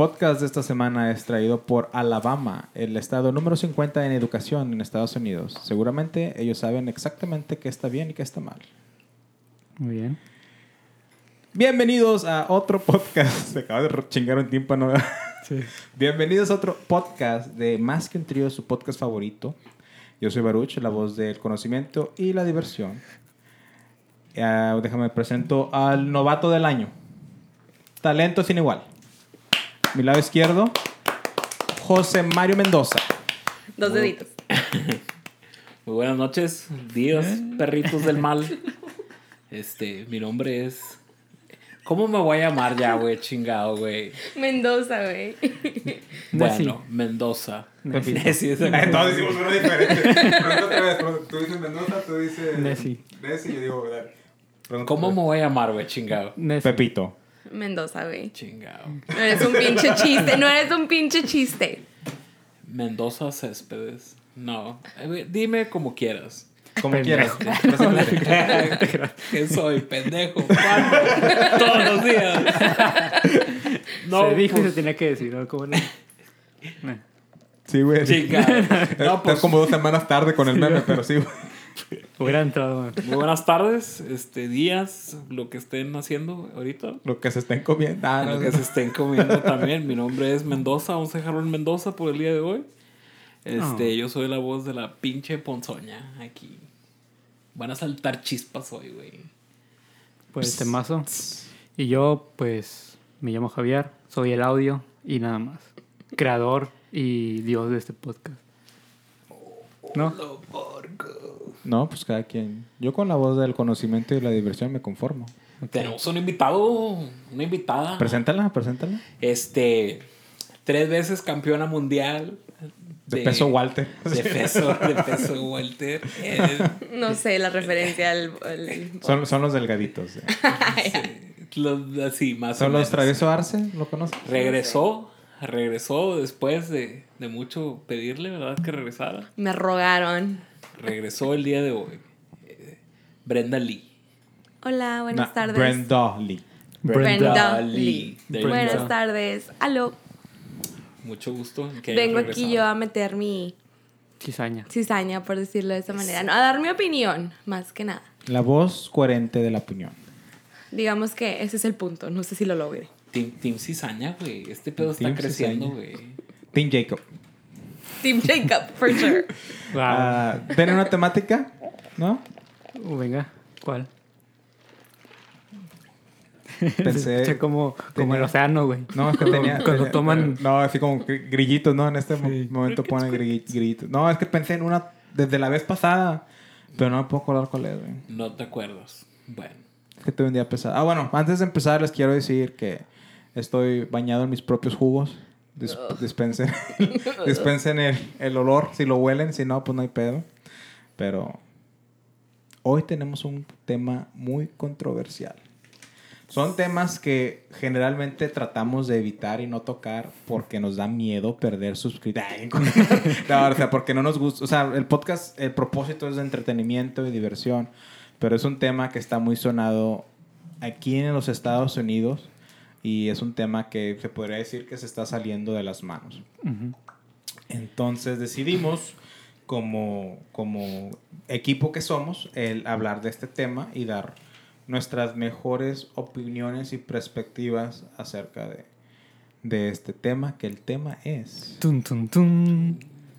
podcast de esta semana es traído por Alabama, el estado número 50 en educación en Estados Unidos. Seguramente ellos saben exactamente qué está bien y qué está mal. Muy bien. Bienvenidos a otro podcast. Se acaba de chingar un tímpano. Sí. Bienvenidos a otro podcast de Más que un Trío, su podcast favorito. Yo soy Baruch, la voz del conocimiento y la diversión. Déjame presento al novato del año. Talento sin igual. Mi lado izquierdo, José Mario Mendoza. Dos deditos. Muy buenas noches, días, perritos del mal. Mi nombre es... ¿Cómo me voy a llamar ya, güey? Chingado, güey. Mendoza, güey. Bueno, Mendoza. Nessie. Entonces decimos uno diferente. Pregunta otra vez. Tú dices Mendoza, tú dices... Nessie. Nessie, yo digo... ¿Cómo me voy a llamar, güey? Chingado. Pepito. Mendoza, güey. Chingado. No eres un pinche chiste, no eres un pinche chiste. Mendoza Céspedes. No. Dime como quieras. Como quieras. ¿Qué soy? Pendejo. ¿Cuándo? Todos los días. No, se dijo y se tenía que decir, ¿no? ¿Cómo no? Sí, güey. Chingado. No, pues, como 2 semanas tarde con el meme, pero sí, güey. Hubiera entrado, man. Muy buenas tardes, días, lo que estén haciendo ahorita. Lo que se estén comiendo. Lo que se estén comiendo también. Mi nombre es Mendoza, vamos a dejarlo en Mendoza por el día de hoy. Yo soy la voz de la pinche ponzoña aquí. Van a saltar chispas hoy, güey. Pues temazo. Y yo, pues, me llamo Javier, soy el audio y nada más. Creador y dios de este podcast. ¿No? No, pues cada quien. Yo con la voz del conocimiento y la diversión me conformo. Tenemos un invitado, una invitada. Preséntala. 3 veces campeona mundial. De peso Walter. De peso Walter. No sé la referencia al... Son los delgaditos. Así, más ¿Son o los menos. Travieso Arce? ¿Lo conoces? Regresó después de mucho pedirle, ¿verdad? Que regresara. Me rogaron. Regresó el día de hoy. Brenda Lee. Hola, buenas tardes. Brenda Lee. Brenda Lee. There you Buenas go. tardes. Aló. Mucho gusto. Que hayas Vengo aquí regresado. yo a meter mi Cizaña. cizaña, por decirlo de esa manera. No, a dar mi opinión, más que nada. La voz coherente de la opinión. Digamos que ese es el punto. No sé si lo logre. Team Cizaña, güey. Este pedo está Team creciendo, Cizaña. güey. Team Jacob. Team Jacob, for sure. Wow. ¿Tiene una temática? ¿No? Venga, ¿cuál? Pensé... Se escucha como el océano, güey. No, es que tenía... Cuando toman... No, así como grillitos, ¿no? En este Sí. momento ponen grillitos. No, es que pensé en una desde la vez pasada, pero no me puedo acordar cuál es, güey. No te acuerdas. Bueno. Es que tuve un día pesado. Bueno, antes de empezar les quiero decir que estoy bañado en mis propios jugos. Dispensen el olor, si lo huelen, si no, pues no hay pedo. Pero hoy tenemos un tema muy controversial. Son temas que generalmente tratamos de evitar y no tocar porque nos da miedo perder suscriptores. No, o sea, porque no nos gusta. O sea, el podcast, el propósito es de entretenimiento y diversión, pero es un tema que está muy sonado aquí en los Estados Unidos y es un tema que se podría decir que se está saliendo de las manos. Uh-huh. Entonces decidimos, como equipo que somos, el hablar de este tema y dar nuestras mejores opiniones y perspectivas acerca de este tema, que el tema es Tun, tun, tun.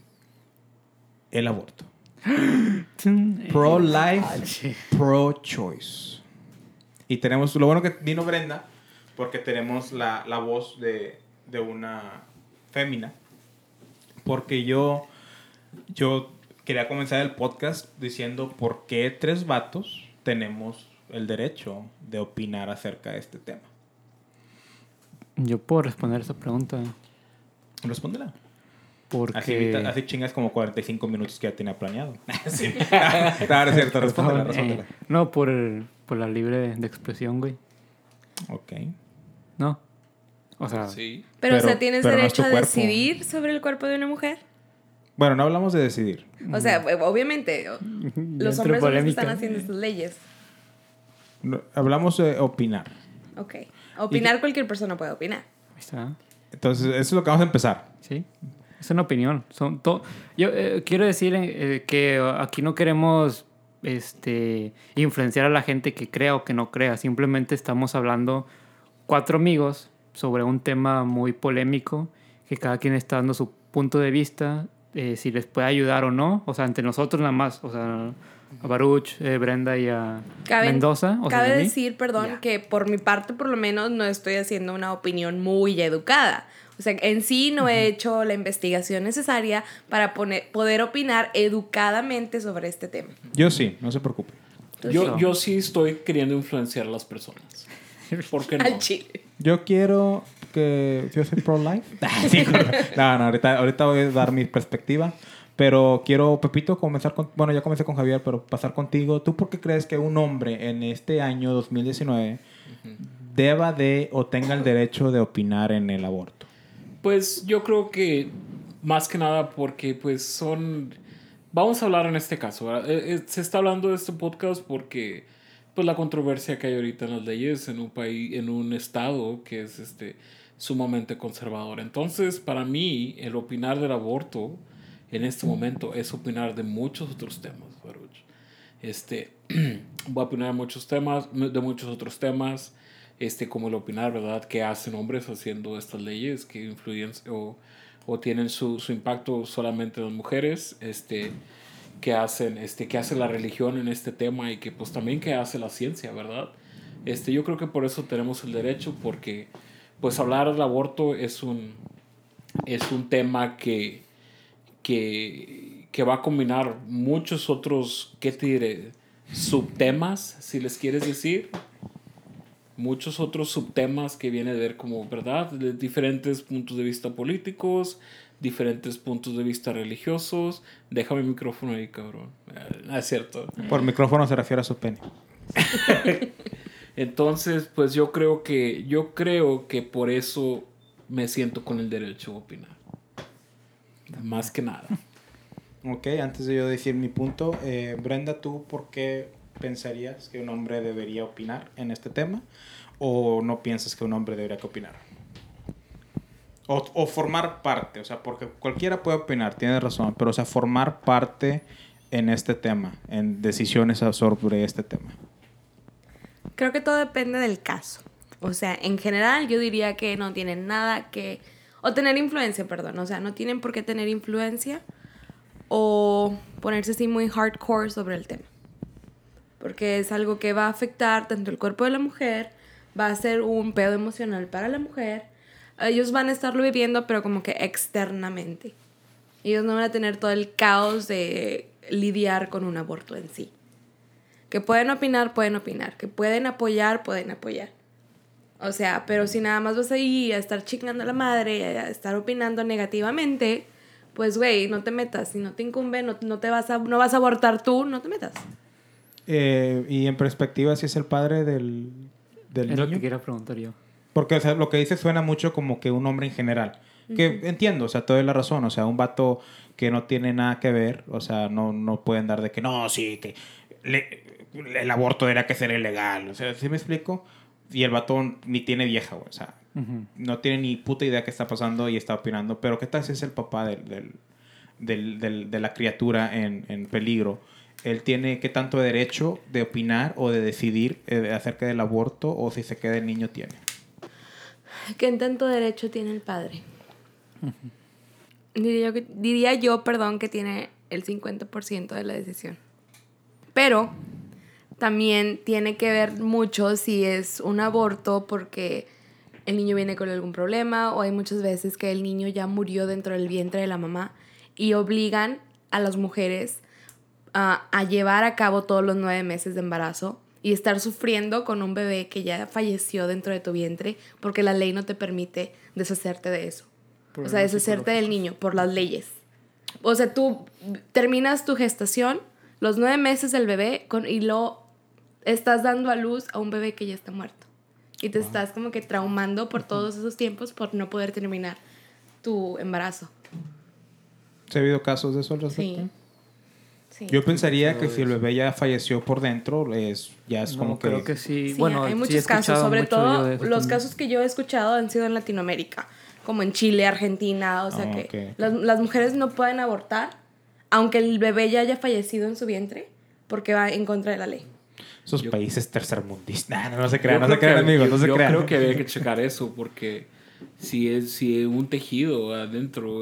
el aborto. Tun. Pro-life, pro-choice. Y tenemos, lo bueno que vino Brenda, porque tenemos la voz de una fémina. Porque yo quería comenzar el podcast diciendo por qué 3 vatos tenemos el derecho de opinar acerca de este tema. Yo puedo responder esa pregunta. Respóndela. Porque... Así chingas como 45 minutos que ya tenía planeado. Sí. Claro, es cierto. Respóndela. No, por la libre de expresión, güey. Ok. ¿No? O sea... Sí. Pero o sea, ¿tienes pero no es derecho tu a cuerpo. decidir sobre el cuerpo de una mujer? Bueno, no hablamos de decidir. O sea, obviamente, los hombres son los que están haciendo estas leyes. No, hablamos de opinar. Ok. Opinar, cualquier persona puede opinar. Ahí está. Entonces, eso es lo que vamos a empezar. Sí, es una opinión. Yo quiero decir que aquí no queremos influenciar a la gente que crea o que no crea. Simplemente estamos hablando 4 amigos sobre un tema muy polémico, que cada quien está dando su punto de vista, si les puede ayudar o no. O sea, entre nosotros nada más. O sea, a Baruch, Brenda y a Mendoza. Cabe decir, perdón, que por mi parte por lo menos no estoy haciendo una opinión muy educada. O sea, en sí no he hecho la investigación necesaria para poder opinar educadamente sobre este tema. Yo sí, no se preocupe. Yo sí estoy queriendo influenciar a las personas. ¿Por qué no? Al chile. Yo quiero que... Yo soy pro-life. Sí, no, ahorita voy a dar mi perspectiva. Pero quiero, Pepito, comenzar con... Bueno, ya comencé con Javier, pero pasar contigo. ¿Tú por qué crees que un hombre en este año 2019 deba de o tenga el derecho de opinar en el aborto? Pues yo creo que más que nada porque pues vamos a hablar en este caso, ¿verdad? Se está hablando de este podcast porque pues la controversia que hay ahorita en las leyes en un país, en un estado que es sumamente conservador. Entonces, para mí, el opinar del aborto en este momento es opinar de muchos otros temas, Baruch. Voy a opinar de muchos otros temas, como el opinar, ¿verdad? ¿Qué hacen hombres haciendo estas leyes que influyen o tienen su impacto solamente en las mujeres? ¿Qué hace la religión en este tema? Y que pues también qué hace la ciencia, ¿verdad? Yo creo que por eso tenemos el derecho, porque pues hablar del aborto es un tema que va a combinar muchos otros, ¿qué te diré? Subtemas, si les quieres decir. Muchos otros subtemas que viene a ver como, ¿verdad? De diferentes puntos de vista políticos, diferentes puntos de vista religiosos. Déjame el micrófono ahí, cabrón. Es cierto. Por micrófono se refiere a su pene. Entonces, pues yo creo que por eso me siento con el derecho a opinar. Más que nada. Ok, antes de yo decir mi punto, Brenda, ¿tú por qué pensarías que un hombre debería opinar en este tema? ¿O no piensas que un hombre debería opinar? O formar parte, o sea, porque cualquiera puede opinar, tienes razón, pero o sea, formar parte en este tema, en decisiones sobre este tema. Creo que todo depende del caso. O sea, en general yo diría que no tienen nada que... O tener influencia, perdón. O sea, no tienen por qué tener influencia o ponerse así muy hardcore sobre el tema. Porque es algo que va a afectar tanto el cuerpo de la mujer, va a ser un pedo emocional para la mujer. Ellos van a estarlo viviendo, pero como que externamente. Ellos no van a tener todo el caos de lidiar con un aborto en sí. Que pueden opinar, pueden opinar. Que pueden apoyar, pueden apoyar. O sea, pero si nada más vas ahí a estar chingando a la madre, a estar opinando negativamente, pues, güey, no te metas. Si no te incumbe, no vas a abortar tú, no te metas. Y en perspectiva, si es el padre del niño. Es lo que quiero preguntar yo. Porque, o sea, lo que dice suena mucho como que un hombre en general. Que entiendo, o sea, toda la razón. O sea, un vato que no tiene nada que ver, o sea, no pueden dar de que no, sí, que el aborto era que ser ilegal. O sea, ¿sí me explico? Y el vato ni tiene vieja, güey. O sea, no tiene ni puta idea qué está pasando y está opinando. Pero ¿qué tal si es el papá de la criatura en peligro? Él tiene qué tanto derecho de opinar o de decidir acerca del aborto, o si se queda el niño tiene. ¿Qué tanto derecho tiene el padre? Diría yo, que tiene el 50% de la decisión. Pero también tiene que ver mucho si es un aborto porque el niño viene con algún problema, o hay muchas veces que el niño ya murió dentro del vientre de la mamá y obligan a las mujeres a llevar a cabo todos los 9 meses de embarazo y estar sufriendo con un bebé que ya falleció dentro de tu vientre porque la ley no te permite deshacerte de eso. O sea, deshacerte del niño por las leyes. O sea, tú terminas tu gestación, los 9 meses del bebé, y lo estás dando a luz a un bebé que ya está muerto. Y te estás como que traumando por todos esos tiempos por no poder terminar tu embarazo. ¿Se ha habido casos de eso al respecto? Sí. Sí. Yo pensaría que si el bebé ya falleció por dentro, ya es como que... creo que sí. Sí, Bueno, hay sí muchos casos, sobre todo los casos que yo he escuchado han sido en Latinoamérica. como en Chile, Argentina, o sea que okay. las mujeres no pueden abortar aunque el bebé ya haya fallecido en su vientre porque va en contra de la ley. Esos países tercermundistas. No se Yo crean, creo que- amigos, no se yo crean. creo que había que checar eso porque si un tejido adentro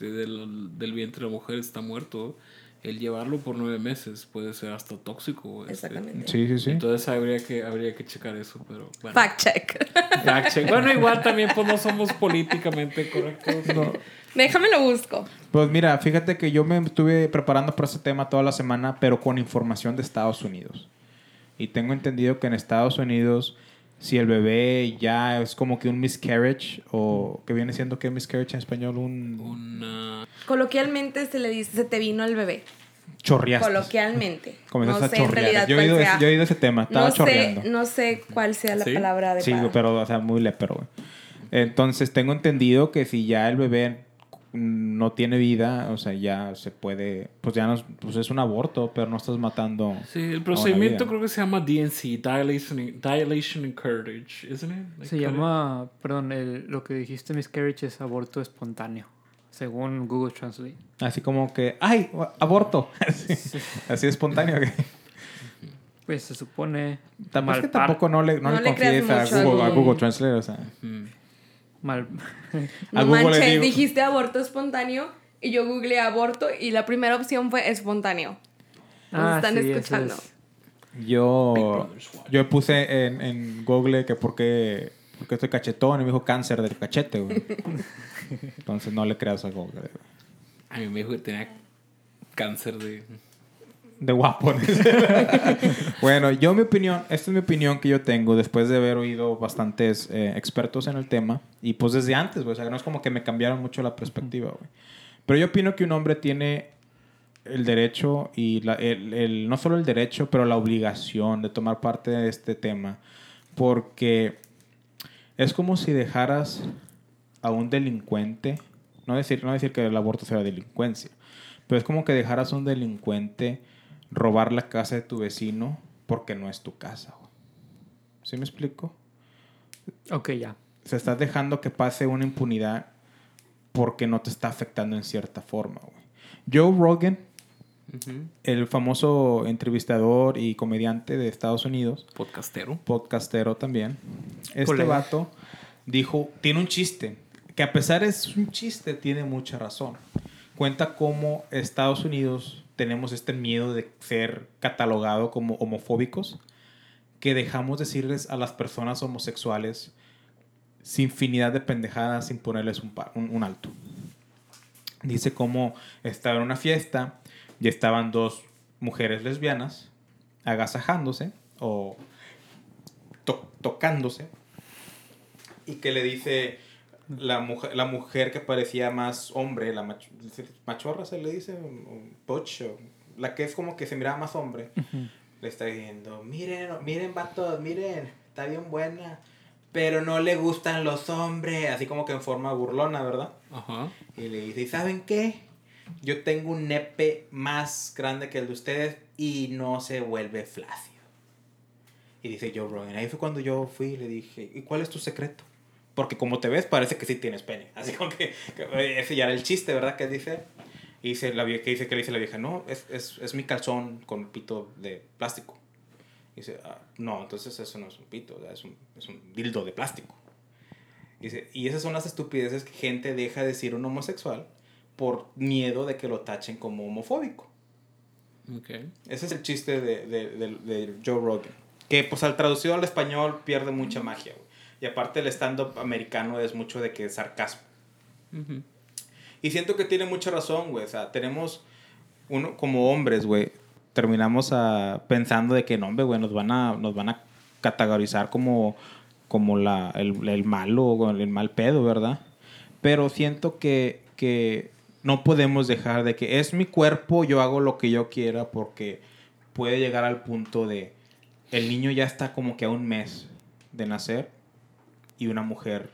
del vientre de la mujer está muerto, el llevarlo por 9 meses puede ser hasta tóxico. Exactamente. Sí. Entonces habría que checar eso, pero bueno. Fact check. Fact check. Bueno, igual también pues no somos políticamente correctos. No. Déjame lo busco. Pues mira, fíjate que yo me estuve preparando para este tema toda la semana, pero con información de Estados Unidos. Y tengo entendido que en Estados Unidos, si el bebé ya es como que un miscarriage, o que viene siendo que miscarriage en español, Coloquialmente se le dice, se te vino el bebé. chorreaste. Coloquialmente. Comenzaste No a sé en chorrear. realidad Yo cuál he sea. oído ese tema, estaba chorreando. No sé cuál sea la ¿Sí? palabra Sí, adecuada. pero, o sea, muy lépero, güey. Entonces, tengo entendido que si ya el bebé no tiene vida, o sea, ya se puede, pues ya no, pues es un aborto, pero no estás matando. Sí, el a una procedimiento vida. creo que se llama DNC, Dilation and Carriage, ¿isn't it? Like Se llama, perdón, lo que dijiste miscarriage es aborto espontáneo, según Google Translate. Así como que, ¡ay! Aborto. Así espontáneo. Pues se supone Tampoco es que malpar- tampoco no le No le confíes creas a mucho a Google, Google. Translate, o sea. mal No a Google le manches, digo- dijiste aborto espontáneo y yo googleé aborto y la primera opción fue espontáneo. Nos están sí, eso escuchando. es. Big Yo Brother's watching. puse en Google que porque estoy cachetón y me dijo cáncer del cachete, güey. Entonces no le creas a Google, güey. A mí me dijo que tenía cáncer De guapo. Bueno, mi opinión, esta es mi opinión que yo tengo después de haber oído bastantes expertos en el tema y pues desde antes, güey, o sea, no es como que me cambiaron mucho la perspectiva, güey. Pero yo opino que un hombre tiene el derecho y no solo el derecho, pero la obligación de tomar parte de este tema porque es como si dejaras a un delincuente, no decir que el aborto sea delincuencia, pero es como que dejaras a un delincuente robar la casa de tu vecino porque no es tu casa, güey. ¿Sí me explico? Ok, ya. Se estás dejando que pase una impunidad porque no te está afectando en cierta forma, güey. Joe Rogan, el famoso entrevistador y comediante de Estados Unidos, podcastero también, este Colega. vato dijo, tiene un chiste, que a pesar de es un chiste, tiene mucha razón. Cuenta cómo Estados Unidos tenemos este miedo de ser catalogado como homofóbicos, que dejamos decirles a las personas homosexuales sin infinidad de pendejadas sin ponerles un alto. Dice cómo estaba en una fiesta y estaban dos mujeres lesbianas agasajándose o tocándose y que le dice la mujer que parecía más hombre, la machorra se le dice, pocho, la que es como que se miraba más hombre, le está diciendo, miren vatos, miren, está bien buena, pero no le gustan los hombres, así como que en forma burlona, ¿verdad? Ajá. Y le dice, ¿y saben qué? Yo tengo un nepe más grande que el de ustedes y no se vuelve flácido. Y dice Joe Rogan, ahí fue cuando yo fui y le dije, ¿y cuál es tu secreto? Porque como te ves, parece que sí tienes pene. Así como que ese ya era el chiste, ¿verdad? Que dice, y dice que le dice la vieja, no, es mi calzón con pito de plástico. Y dice, no, entonces eso no es un pito, es un dildo de plástico. Y dice, y esas son las estupideces que gente deja de decir un homosexual por miedo de que lo tachen como homofóbico. Okay. Ese es el chiste de Joe Rogan. Que pues al traducido al español pierde mucha magia, güey. Y aparte el stand-up americano es mucho de que es sarcasmo. Uh-huh. Y siento que tiene mucha razón, güey. O sea, tenemos uno como hombres, güey. Terminamos pensando de que no, hombre, güey, nos van a categorizar como el malo o el mal pedo, ¿verdad? Pero siento que no podemos dejar de que es mi cuerpo, yo hago lo que yo quiera porque puede llegar al punto de el niño ya está como que a un mes de nacer y una mujer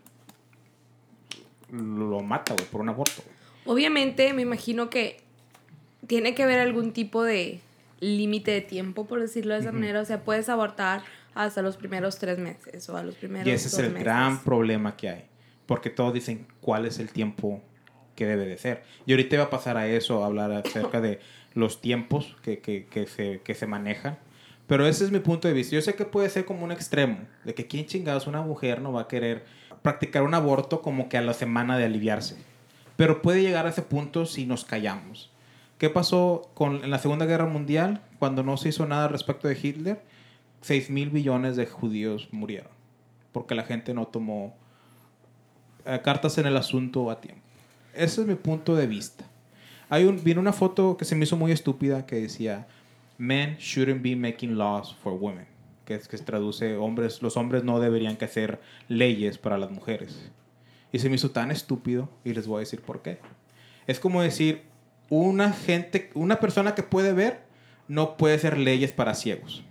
lo mata, güey, por un aborto. Obviamente, me imagino que tiene que haber algún tipo de límite de tiempo, por decirlo de esa manera. O sea, puedes abortar hasta los primeros 3 meses o a los primeros Y ese es 2 el meses. gran problema que hay. porque todos dicen cuál es el tiempo que debe de ser. Y ahorita iba a pasar a eso, a hablar acerca de los tiempos que se manejan. Pero ese es mi punto de vista. Yo sé que puede ser como un extremo, de que quién chingados una mujer no va a querer practicar un aborto como que a la semana de aliviarse. Pero puede llegar a ese punto si nos callamos. ¿Qué pasó en la Segunda Guerra Mundial cuando no se hizo nada respecto de Hitler? 6,000 billones de judíos murieron porque la gente no tomó cartas en el asunto a tiempo. Ese es mi punto de vista. Vino una foto que se me hizo muy estúpida que decía Men shouldn't be making laws for women, que se traduce los hombres no deberían que hacer leyes para las mujeres. Y se me hizo tan estúpido y les voy a decir por qué. Es como decir, una persona que puede ver no puede hacer leyes para ciegos.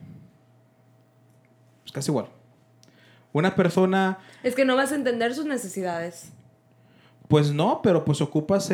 Es casi igual. Una persona... Es que no vas a entender sus necesidades. Pues no, pero pues ocupas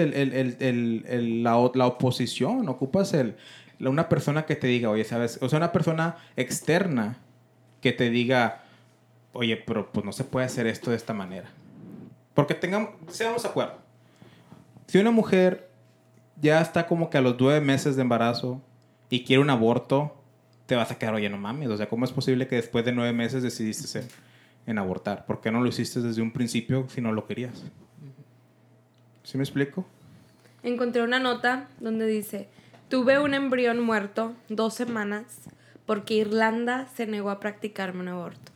la oposición, ocupas una persona que te diga, oye, ¿sabes? O sea, una persona externa que te diga, oye, pero pues no se puede hacer esto de esta manera. Porque seamos de acuerdo. Si una mujer ya está como que a los 9 meses de embarazo y quiere un aborto, te vas a quedar, oye, no mames. O sea, ¿cómo es posible que después de 9 meses decidiste en abortar? ¿Por qué no lo hiciste desde un principio si no lo querías? ¿Sí me explico? Encontré una nota donde dice: tuve un embrión muerto 2 semanas porque Irlanda se negó a practicarme un aborto.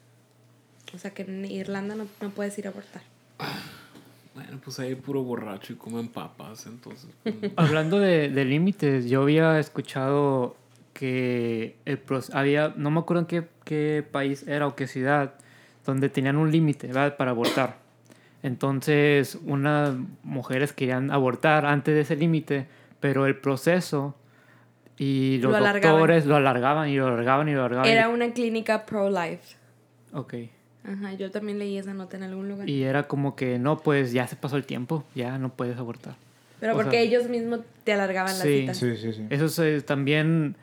O sea que en Irlanda no puedes ir a abortar. Bueno, pues ahí puro borracho y comen papas, entonces... Hablando de límites, yo había escuchado que no me acuerdo en qué país era o qué ciudad, donde tenían un límite, ¿verdad?, para abortar. Entonces, unas mujeres querían abortar antes de ese límite, pero el proceso y los doctores lo alargaban y lo alargaban y lo alargaban. Era una clínica pro-life. Ok. Ajá, yo también leí esa nota en algún lugar. Y era como que, no, pues ya se pasó el tiempo, ya no puedes abortar. Pero porque ellos mismos te alargaban la cita. Sí. Eso es también...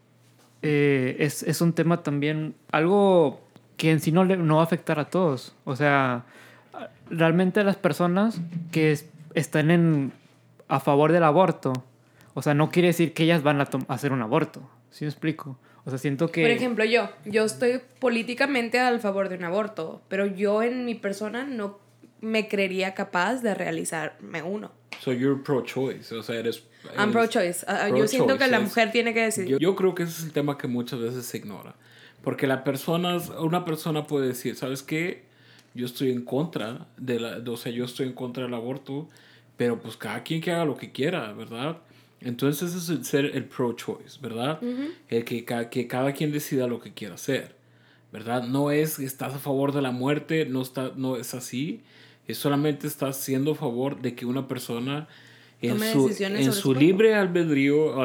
es un tema también... Algo que en sí no va a afectar a todos. O sea, realmente las personas que están a favor del aborto, o sea, no quiere decir que ellas van a hacer un aborto. ¿Sí me explico? O sea, siento que... Por ejemplo, yo estoy políticamente al favor de un aborto, pero yo en mi persona no me creería capaz de realizarme uno. So you're pro-choice, o sea, eres I'm pro-choice. Yo siento que la mujer tiene que decidir. Yo creo que ese es el tema que muchas veces se ignora. Porque una persona puede decir, ¿sabes qué? Yo estoy en contra yo estoy en contra del aborto, pero pues cada quien que haga lo que quiera, ¿verdad? Entonces ese es el pro-choice, ¿verdad? Uh-huh. El que cada quien decida lo que quiera hacer, ¿verdad? No es estás a favor de la muerte, no es así. Es solamente estás siendo a favor de que una persona en su libre albedrío,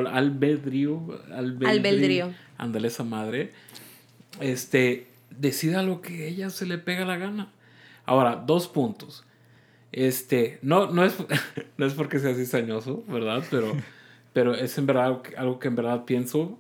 ándale esa madre, decida lo que ella se le pega la gana. Ahora, 2 puntos. No es porque sea cizañoso, ¿verdad? Pero es en verdad algo que en verdad pienso.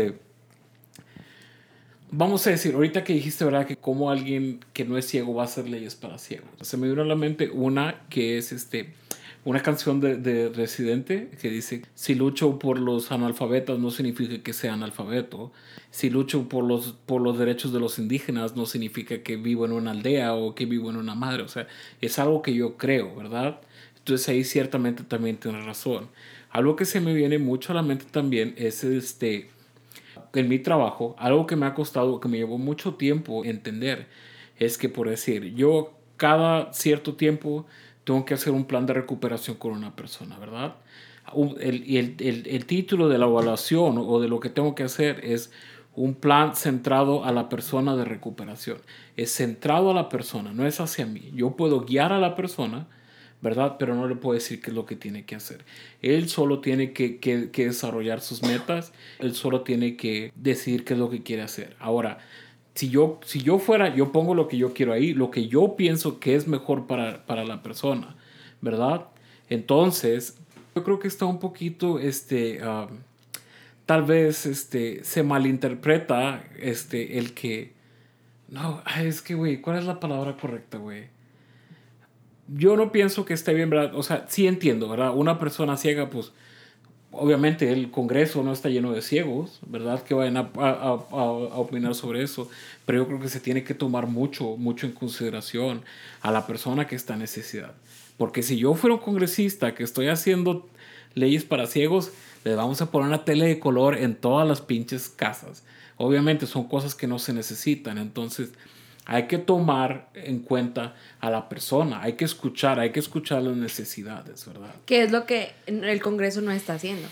Vamos a decir, ahorita que dijiste, ¿verdad?, que como alguien que no es ciego va a hacer leyes para ciegos. Se me vino a la mente una que es una canción de Residente que dice: si lucho por los analfabetas no significa que sea analfabeto. Si lucho por los derechos de los indígenas no significa que vivo en una aldea o que vivo en una madre. O sea, es algo que yo creo, ¿verdad? Entonces ahí ciertamente también tienes razón. Algo que se me viene mucho a la mente también es en mi trabajo, algo que me ha costado, que me llevó mucho tiempo entender, es que, por decir, yo cada cierto tiempo tengo que hacer un plan de recuperación con una persona, ¿verdad? El título de la evaluación o de lo que tengo que hacer es un plan centrado a la persona de recuperación. Es centrado a la persona, no es hacia mí. Yo puedo guiar a la persona, ¿verdad? Pero no le puedo decir qué es lo que tiene que hacer. Él solo tiene que desarrollar sus metas. Él solo tiene que decidir qué es lo que quiere hacer. Ahora, si yo fuera, yo pongo lo que yo quiero ahí, lo que yo pienso que es mejor para la persona, ¿verdad? Entonces, yo creo que está un poquito, tal vez, se malinterpreta, el que... No, es que, güey, ¿cuál es la palabra correcta, güey? yo no pienso que esté bien, ¿verdad? O sea, sí entiendo, ¿verdad? Una persona ciega, pues, obviamente el Congreso no está lleno de ciegos, ¿verdad? Que vayan a opinar sobre eso. Pero yo creo que se tiene que tomar mucho en consideración a la persona que está en necesidad. Porque si yo fuera un congresista que estoy haciendo leyes para ciegos, les vamos a poner una tele de color en todas las pinches casas. Obviamente son cosas que no se necesitan. Entonces hay que tomar en cuenta a la persona. Hay que escuchar las necesidades, ¿verdad? Que es lo que el Congreso no está haciendo.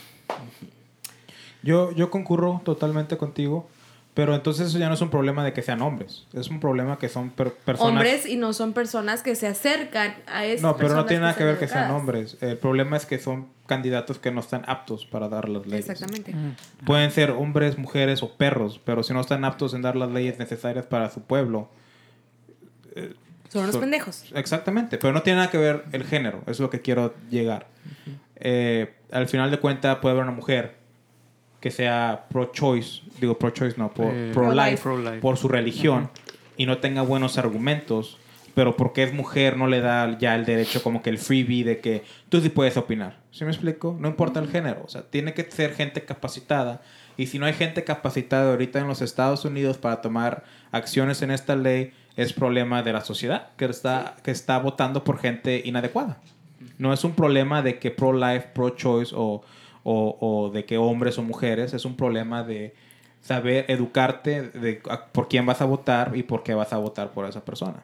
Yo concurro totalmente contigo, pero entonces eso ya no es un problema de que sean hombres. Es un problema que son personas... Hombres y no son personas que se acercan a esas No, pero no tiene nada que ver que sean sean hombres. El problema es que son candidatos que no están aptos para dar las leyes. Exactamente. Pueden ser hombres, mujeres o perros, pero si no están aptos en dar las leyes necesarias para su pueblo... Son unos pendejos. Exactamente, pero no tiene nada que ver el género, es lo que quiero llegar. Al final de cuentas puede haber una mujer que sea pro-choice, digo pro-choice no, pro-life, pro-life. por su religión y no tenga buenos argumentos, pero porque es mujer no le da ya el derecho como que el freebie de que tú sí puedes opinar. ¿Sí me explico? No importa el género, o sea, tiene que ser gente capacitada. Y si no hay gente capacitada ahorita en los Estados Unidos para tomar acciones en esta ley, es problema de la sociedad que está votando por gente inadecuada. No es un problema de que pro-life, pro-choice o de que hombres o mujeres. Es un problema de saber educarte por quién vas a votar y por qué vas a votar por esa persona.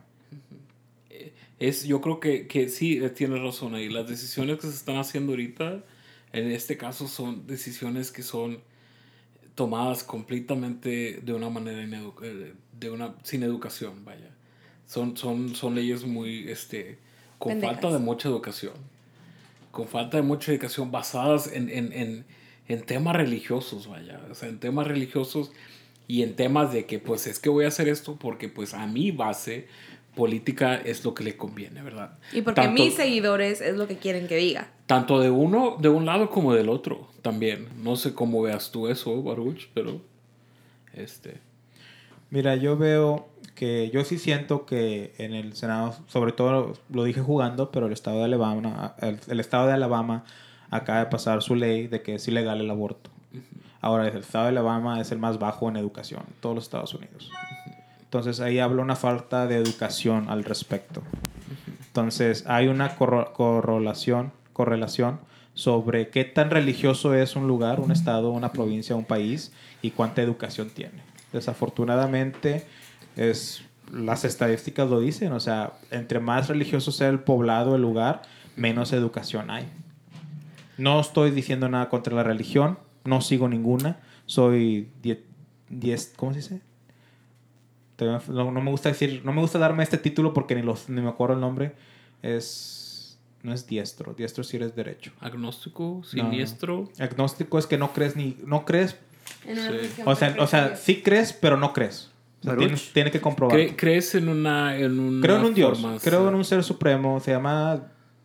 Yo creo que sí, tienes razón ahí. Las decisiones que se están haciendo ahorita, en este caso, son decisiones que son tomadas completamente de una manera sin educación, vaya. Son leyes muy con pendejas. falta de mucha educación. Con falta de mucha educación basadas en temas religiosos, vaya. O sea, en temas religiosos y en temas de que pues es que voy a hacer esto porque pues a mi base política es lo que le conviene, ¿verdad? Y porque mis seguidores es lo que quieren que diga. Tanto de un lado como del otro también. No sé cómo veas tú eso, Baruch, pero Mira, yo sí siento que en el Senado, sobre todo lo dije jugando, pero el estado de Alabama acaba de pasar su ley de que es ilegal el aborto. Ahora, el estado de Alabama es el más bajo en educación en todos los Estados Unidos. Entonces ahí habla una falta de educación al respecto. Entonces hay una correlación sobre qué tan religioso es un lugar, un estado, una provincia, un país y cuánta educación tiene. Desafortunadamente, las estadísticas lo dicen, o sea, entre más religioso sea el poblado, el lugar, menos educación hay. No estoy diciendo nada contra la religión, no sigo ninguna, soy ¿cómo se dice? No me gusta darme este título porque ni me acuerdo el nombre. No es diestro sí eres derecho. Agnóstico, siniestro. No. Agnóstico es que no crees en una religión. O sea, sí crees, pero no crees. O sea, tiene que comprobar. ¿Crees en una creo en un Dios, creo en un ser supremo, se llama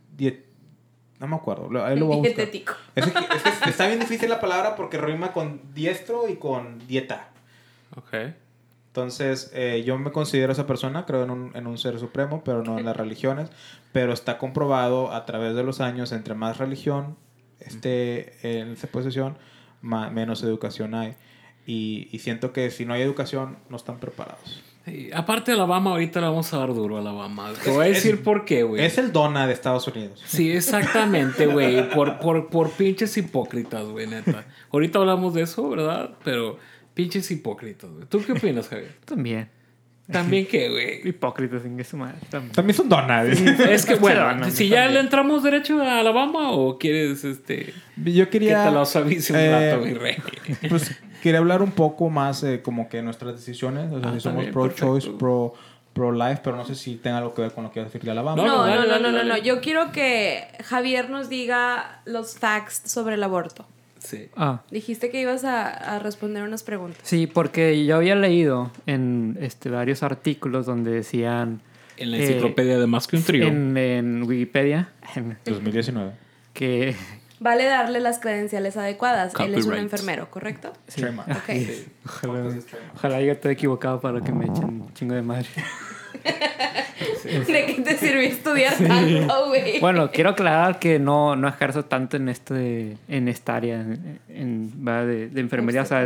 no me acuerdo, ahí lo voy a buscar. Dietético. Es que está bien difícil la palabra porque rima con diestro y con dieta. Okay. Entonces, yo me considero esa persona, creo en un ser supremo, pero no en las religiones. Pero está comprobado a través de los años, entre más religión esté en esa posición, menos educación hay. Y siento que si no hay educación, no están preparados. Sí, aparte de Alabama, ahorita le vamos a dar duro a Alabama. Te voy a decir por qué, güey. Es el dona de Estados Unidos. Sí, exactamente, güey. Por pinches hipócritas, güey, neta. Ahorita hablamos de eso, ¿verdad? Pero... pinches hipócritas, güey. ¿Tú qué opinas, Javier? También. ¿También qué, güey? Hipócritas, sin que su madre. También son donas. Es que, bueno, si ya le entramos derecho a Alabama o quieres, yo quería... que te lo suavice un rato, mi rey. Pues quería hablar un poco más como que nuestras decisiones. O sea, si somos pro-choice, pro-life, pero no sé si tenga algo que ver con lo que vas a decir de Alabama. No. Yo quiero que Javier nos diga los facts sobre el aborto. Sí. Dijiste que ibas a responder unas preguntas. Sí, porque yo había leído en varios artículos donde decían... En la enciclopedia de Más que un trío. En Wikipedia. 2019. Que... Vale darle las credenciales adecuadas. Copyright. Él es un enfermero, ¿correcto? Sí. Ok. Sí. Ojalá yo esté equivocado para que me echen un chingo de madre. ¿De qué te sirvió estudiar tanto, güey? Bueno, quiero aclarar que no ejerzo tanto en esta área ¿verdad? De enfermería, o sea,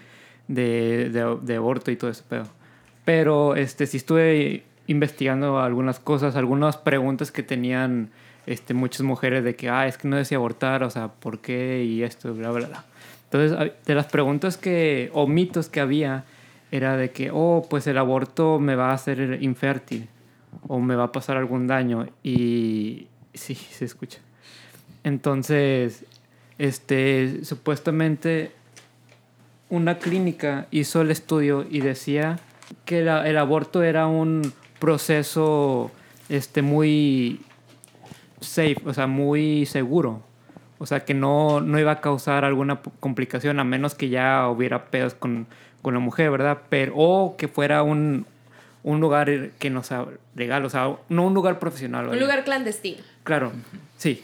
de aborto y todo eso, pero sí estuve investigando algunas cosas, algunas preguntas que tenían muchas mujeres de que, es que no deseo abortar, o sea, ¿por qué? Y esto, bla, bla, bla. Entonces, de las preguntas o mitos que había, era de que, pues el aborto me va a hacer infértil o me va a pasar algún daño. Y sí, se escucha. Entonces, supuestamente una clínica hizo el estudio y decía que el aborto era un proceso muy safe, o sea, muy seguro. O sea, que no iba a causar alguna complicación a menos que ya hubiera pedos con la mujer, ¿verdad? O que fuera un lugar que no sea legal, o sea, no un lugar profesional. Un lugar clandestino. Claro, sí.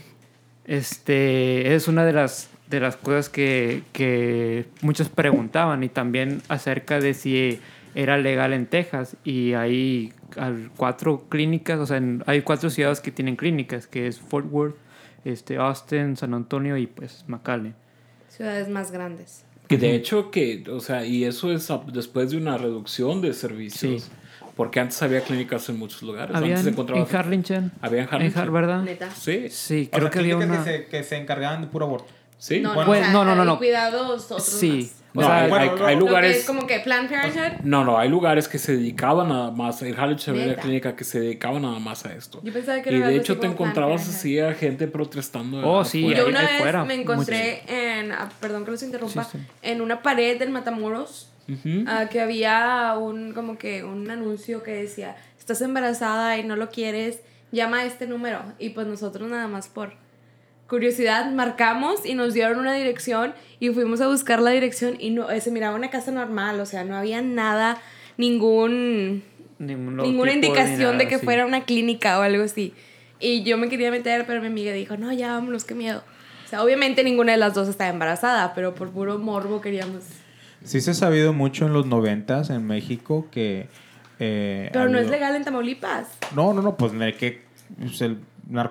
Es una de las cosas que muchos preguntaban, y también acerca de si era legal en Texas. Y hay 4 clínicas, o sea, hay 4 ciudades que tienen clínicas, que es Fort Worth, Austin, San Antonio y pues McAllen. Ciudades más grandes. Que de hecho o sea, y eso es después de una reducción de servicios. Sí. Porque antes había clínicas en muchos lugares. Había Antes encontrabas... en Harlingen. Había en Harlingen. ¿Verdad? ¿Neta? Sí. Sí, O creo sea, que había clínicas una... que se encargaban de puro aborto. Sí. No, Bueno, o sea, no. hay cuidados otros Sí. más. No, O sea, hay Lo que lugares... es como que Planned Parenthood. No, hay lugares que se dedicaban nada más. En Harlingen había una ¿Neta? clínica que se dedicaba nada más a esto. Yo pensaba que Y era de algo hecho así te como Planned encontrabas Parenthood. así a gente protestando. Oh, sí, afuera. Yo ahí una vez fuera, me encontré perdón que los interrumpa, Sí. en una pared del Matamoros, Ujú. que había como que un anuncio que decía, estás embarazada y no lo quieres, llama a este número. Y pues nosotros nada más por curiosidad marcamos y nos dieron una dirección y fuimos a buscar la dirección y no, se miraba una casa normal, o sea, no había nada, ninguna indicación de que fuera una clínica o algo así. Y yo me quería meter, pero mi amiga dijo, no, ya vámonos, qué miedo. O sea, obviamente ninguna de las dos estaba embarazada, pero por puro morbo queríamos... Sí se ha sabido mucho en los 90s en México que... Pero no es legal en Tamaulipas. No, pues que pues, el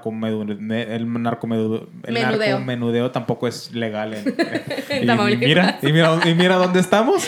narcomenudeo tampoco es legal En Tamaulipas. y mira dónde estamos.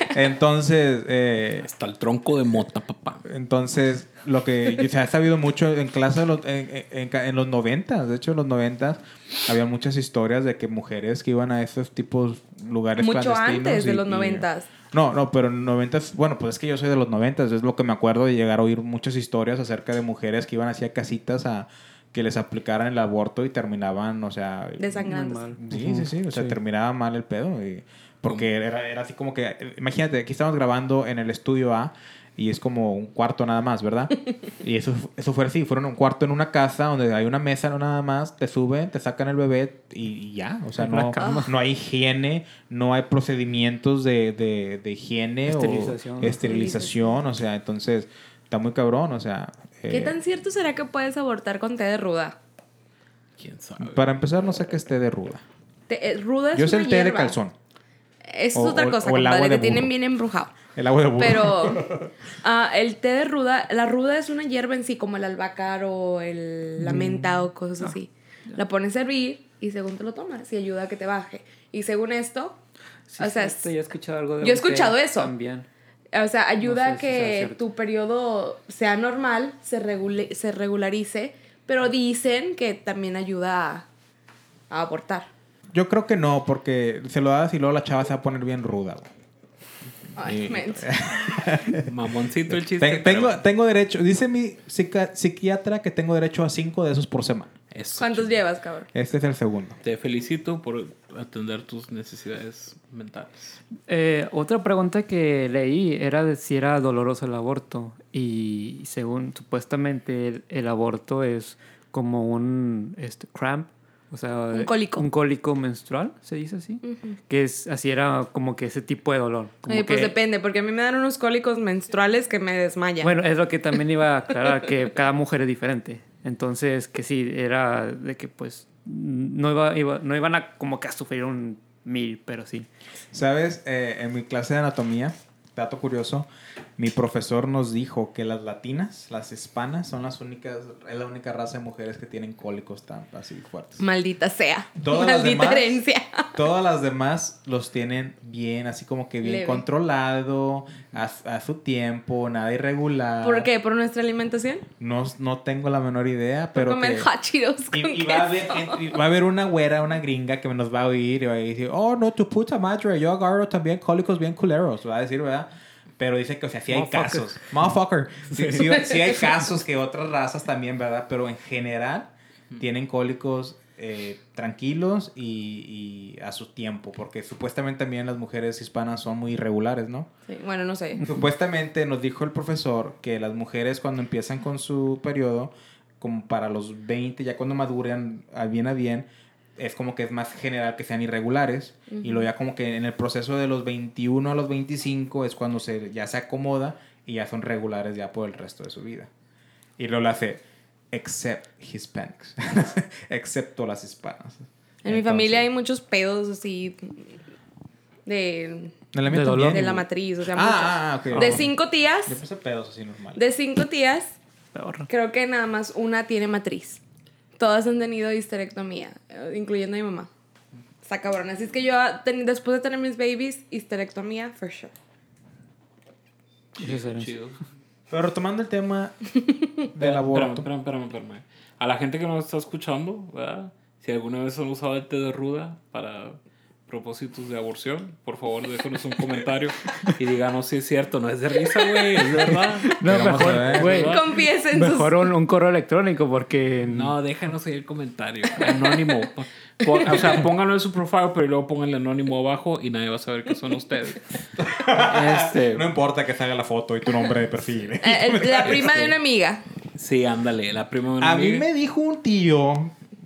Entonces, Hasta el tronco de mota, papá. entonces lo que se ha sabido mucho en clase en los 90s, de hecho en los 90s había muchas historias de que mujeres que iban a esos tipos lugares Mucho clandestinos antes de los 90s. No, pero en 90s, bueno, pues es que yo soy de los 90s, es lo que me acuerdo de llegar a oír muchas historias acerca de mujeres que iban hacia casitas a que les aplicaran el aborto y terminaban, o sea... Desangrándose. Sí, o sea, terminaba mal el pedo. Porque era así como que... Imagínate, aquí estamos grabando en el estudio A y es como un cuarto nada más, ¿verdad? Y eso fue así, fueron un cuarto en una casa donde hay una mesa no nada más, te suben, te sacan el bebé y ya. O sea, no hay higiene, no hay procedimientos de higiene o esterilización. O sea, entonces está muy cabrón, o sea... ¿Qué tan cierto será que puedes abortar con té de ruda? ¿Quién sabe? Para empezar, no sé qué es té de ruda. Ruda es Yo sé una el té de hierba. calzón. Eso es otra cosa, o el agua compadre, de te tienen burro. bien embrujado. El agua de burro. Pero el té de ruda, la ruda es una hierba en sí, como el albahaca o la menta o cosas así. La pones a hervir y según te lo tomas y ayuda a que te baje. Y según esto, Sí, o sea, yo he escuchado algo de yo he escuchado té eso. También. O sea, ayuda No sé a si sea que cierto. tu periodo sea normal, se regularice, pero dicen que también ayuda a abortar. Yo creo que no, porque se lo das y luego la chava se va a poner bien ruda, güey. Ay, menso. Mamoncito el chiste. Tengo derecho, dice mi psiquiatra que tengo derecho a 5 de esos por semana. Eso, ¿Cuántos llevas, cabrón? Este es el segundo. Te felicito por atender tus necesidades mentales. Otra pregunta que leí era de si era doloroso el aborto. Y según supuestamente el aborto es como un cramp. O sea, Un cólico. Un cólico menstrual, se dice así. Que es así, era como que ese tipo de dolor. Como Pues que- depende, porque a mí me dan unos cólicos menstruales que me desmayan. Bueno, es lo que también iba a aclarar, que cada mujer es diferente. Entonces, que sí, era de que pues no iban a como que a sufrir un 1000, pero sí. ¿Sabes? En mi clase de anatomía dato curioso, mi profesor nos dijo que las latinas, las hispanas, es la única raza de mujeres que tienen cólicos tan así fuertes. Maldita sea. Todas las Maldita demás- herencia. Todas las demás los tienen bien, así como que bien Leve. controlado, a su tiempo, nada irregular. ¿Por qué? ¿Por nuestra alimentación? No tengo la menor idea, Por pero comer que... hot Cheetos con Y va a haber una güera, una gringa que nos va a oír y va a decir, oh, no, tu puta madre, yo agarro también cólicos bien culeros, va a decir, ¿verdad? Pero dice que, o sea, sí hay Motherfucker. casos. Motherfucker. Sí hay casos que otras razas también, ¿verdad? Pero en general tienen cólicos tranquilos y a su tiempo, porque supuestamente también las mujeres hispanas son muy irregulares, ¿no? Sí, bueno, no sé. Supuestamente nos dijo el profesor que las mujeres cuando empiezan con su periodo, como para los 20, ya cuando maduran a bien, es como que es más general que sean irregulares. Y luego ya como que en el proceso de los 21 a los 25 es cuando ya se acomoda y ya son regulares ya por el resto de su vida. Y luego lo hace, except Hispanics. Excepto las hispanas. En mi familia hay muchos pedos así de ¿En la mía de también? dolor. la matriz, o sea, muchos. Ok. De 5 tías, Yo puse pedos así normal. de 5 tías, Peor. creo que nada más una tiene matriz. Todas han tenido histerectomía, incluyendo a mi mamá. Está cabrón. Así es que yo, después de tener mis babies, histerectomía, for sure. Eso es Chido. Pero retomando el tema del aborto. Espérame. A la gente que nos está escuchando, ¿verdad? Si alguna vez han usado el té de ruda para propósitos de aborción, por favor déjenos un comentario y díganos si es cierto. No es de risa, güey, es verdad. No, Vamos a ver. mejor, güey. ¿verdad? Confiesen Mejor un correo electrónico porque... No, déjanos ahí el comentario. Anónimo. O sea, pónganlo en su profile, pero luego pónganle anónimo abajo y nadie va a saber que son ustedes. No importa que salga la foto y tu nombre de perfil. La prima de una amiga. Sí, ándale, la prima de una A mí amiga. me dijo un tío.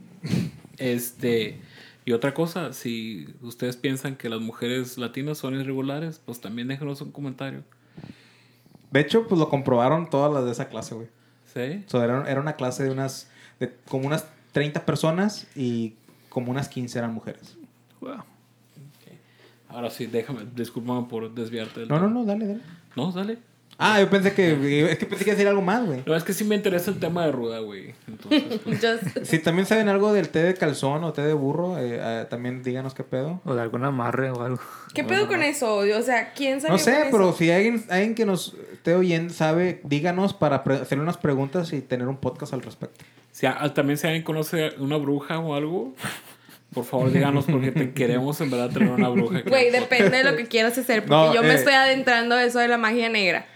Y otra cosa, si ustedes piensan que las mujeres latinas son irregulares, pues también déjenos un comentario. De hecho, pues lo comprobaron todas las de esa clase, güey. ¿Sí? So, era una clase de como unas 30 personas y como unas 15 eran mujeres. Wow. Ahora sí, discúlpame por desviarte del No, tema. no, dale. No, dale. Ah, yo pensé que iba a decir algo más, güey. No, es que sí me interesa el tema de ruda, güey. Entonces, pues, Just- Si también saben algo del té de calzón o té de burro, también díganos qué pedo. O de algún amarre o algo. ¿Qué pedo con eso? O sea, ¿quién salió No sé, con pero eso? si alguien que nos esté oyendo sabe, díganos para hacerle unas preguntas y tener un podcast al respecto. también si alguien conoce una bruja o algo, por favor díganos porque te queremos en verdad tener una bruja. aquí. Güey, depende de lo que quieras hacer. Porque No, yo me estoy adentrando a eso de la magia negra.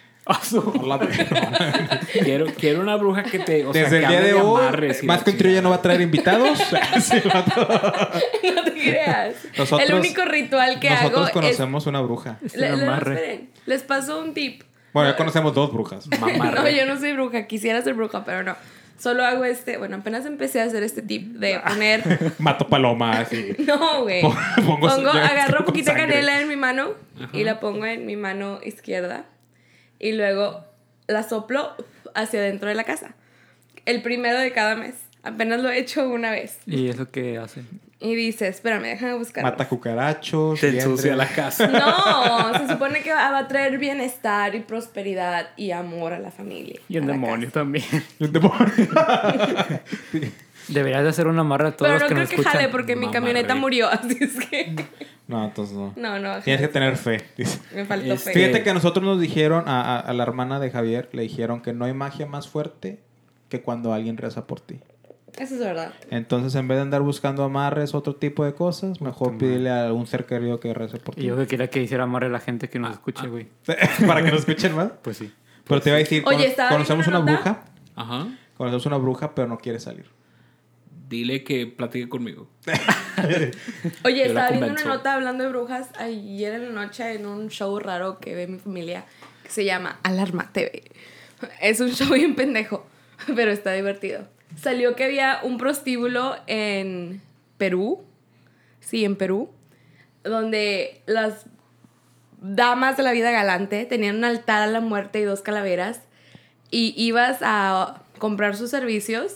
Quiero una bruja que te... O sea, Desde que el día hable de hoy, amarres y más la que un trío ya chingada. no va a traer invitados. Sí, No te creas. Nosotros- El único ritual que hago Nosotros es... conocemos una bruja. amarre. Esperen, les paso un tip. Bueno, ya conocemos dos brujas. No, yo no soy bruja. Quisiera ser bruja, pero no. Solo hago bueno, apenas empecé a hacer este tip de poner... Mato palomas y... No, güey. Pongo Agarro con poquita sangre. canela en mi mano y la pongo en mi mano izquierda. Y luego la soplo hacia adentro de la casa. El primero de cada mes. Apenas lo he hecho una vez. Y es lo que hacen. Y dice, espérame, déjame buscar. Mata cucarachos. Te liendres. ensucia la casa. No, se supone que va a traer bienestar y prosperidad y amor a la familia. Y el a la demonio casa. también. Y un demonio. Deberías de hacer una amarra a todos Pero los no que creo nos que escuchan. jale porque mi Mamarre. camioneta murió, así es que... No, entonces no. No, Tienes que tener fe. Dice. me faltó fe. Fíjate que a nosotros nos dijeron, a la hermana de Javier, le dijeron que no hay magia más fuerte que cuando alguien reza por ti. Eso es verdad. Entonces, en vez de andar buscando amarres, otro tipo de cosas, mejor pídele a algún ser querido que rece por ti. Y yo que quería que hiciera amarre a la gente que nos escuche, güey. Para que nos escuchen más. Pues sí. Pero te iba a decir, Oye, estaba conocemos viendo una una nota. bruja. Ajá. Conocemos una bruja, pero no quiere salir. Dile que platique conmigo. Oye, Yo la estaba viendo convenzo. una nota hablando de brujas ayer en la noche en un show raro que ve mi familia que se llama Alarma TV. Es un show bien pendejo, pero está divertido. Salió que había un prostíbulo en Perú, sí, en Perú, donde las damas de la vida galante tenían un altar a la muerte y 2 calaveras y ibas a comprar sus servicios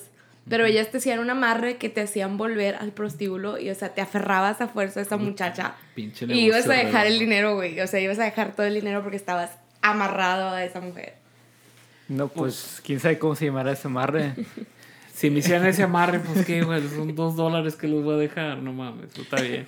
Pero ellas te hacían un amarre que te hacían volver al prostíbulo y, o sea, te aferrabas a fuerza a esa muchacha. Pinche Y ibas a negocio dejar el redondo. dinero, güey. O sea, ibas a dejar todo el dinero porque estabas amarrado a esa mujer. No, pues, quién sabe cómo se llamará ese amarre. Si me hicieran ese amarre, pues qué, güey, son $2 que los voy a dejar, no mames, eso está bien.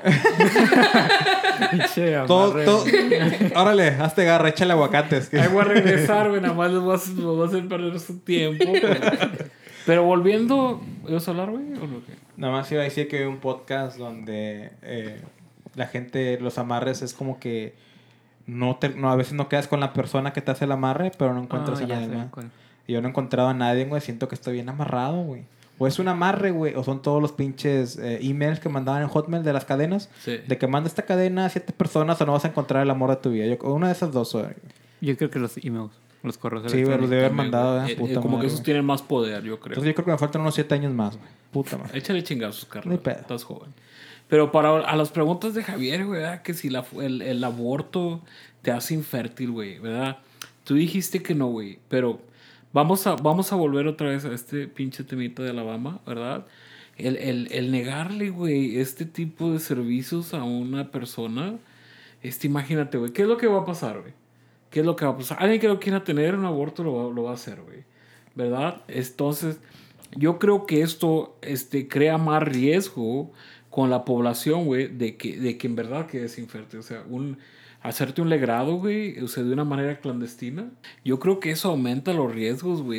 Pinche Todo, amarre. todo. Órale, hazte garra, échale aguacates. Ahí voy a regresar, güey, nada más les voy a hacer perder su tiempo. Pero volviendo, ¿ibas a hablar, güey, o lo que? Nada más iba a decir que hay un podcast donde la gente, los amarres es como que a veces no quedas con la persona que te hace el amarre, pero no encuentras a ya nadie sé más. cuál. Y yo no he encontrado a nadie, güey. Siento que estoy bien amarrado, güey. O es un amarre, güey. O son todos los pinches emails que mandaban en Hotmail de las cadenas. Sí. De que manda esta cadena a 7 personas o no vas a encontrar el amor de tu vida. Una de esas dos soy. Yo creo que los emails, los correos Sí, güey, los debe haber También, mandado, güey. Puta Como madre, que esos güey. tienen más poder, yo creo. Entonces yo creo que me faltan unos 7 años más, güey. Puta madre. Échale chingazos, No Carlos. hay pedo. Estás joven. Pero a las preguntas de Javier, güey, ¿verdad? Que si el aborto te hace infértil, güey, ¿verdad? Tú dijiste que no, güey. Pero vamos a volver otra vez a este pinche temita de Alabama, ¿verdad? El negarle, güey, este tipo de servicios a una persona, imagínate, güey, ¿qué es lo que va a pasar, güey? ¿Qué es lo que va a pasar? Alguien que no quiera tener un aborto lo va a hacer, güey, ¿verdad? Entonces, yo creo que esto crea más riesgo con la población, güey, de que en verdad quedes infértil. O sea, hacerte un legrado, güey, o sea, de una manera clandestina. Yo creo que eso aumenta los riesgos, güey,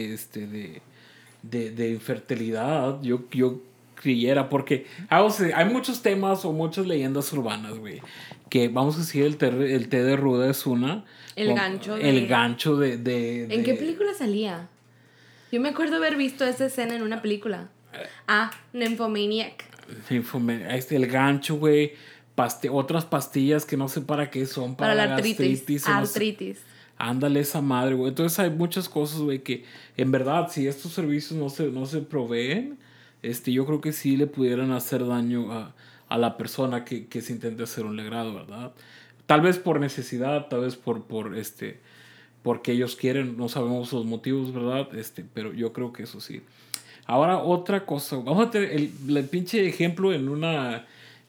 de infertilidad. Yo creyera, porque hay muchos temas o muchas leyendas urbanas, güey, que vamos a decir el té de ruda es una. El gancho El gancho de ¿En qué película salía? Yo me acuerdo haber visto esa escena en una película. Nymphomaniac. El gancho, güey. Otras pastillas que no sé para qué son. Para la artritis. o no sé. Artritis. Ándale esa madre, güey. Entonces hay muchas cosas, güey, que en verdad, si estos servicios no se proveen, yo creo que sí le pudieran hacer daño a la persona que se intente hacer un legrado, ¿verdad? Tal vez por necesidad, tal vez porque ellos quieren, no sabemos los motivos, ¿verdad? Pero yo creo que eso sí. Ahora otra cosa, vamos a tener el pinche ejemplo en una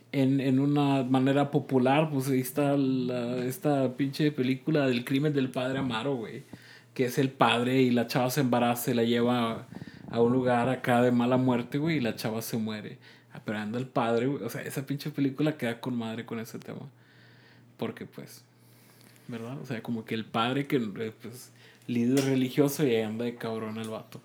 manera popular, pues ahí está esta pinche película del crimen del padre Amaro, güey, que es el padre y la chava se embaraza y la lleva a un lugar acá de mala muerte, güey, y la chava se muere. Pero anda el padre, güey, o sea, esa pinche película queda con madre con ese tema, porque pues, ¿verdad? O sea, como que el padre que pues líder religioso y ahí anda de cabrón el vato.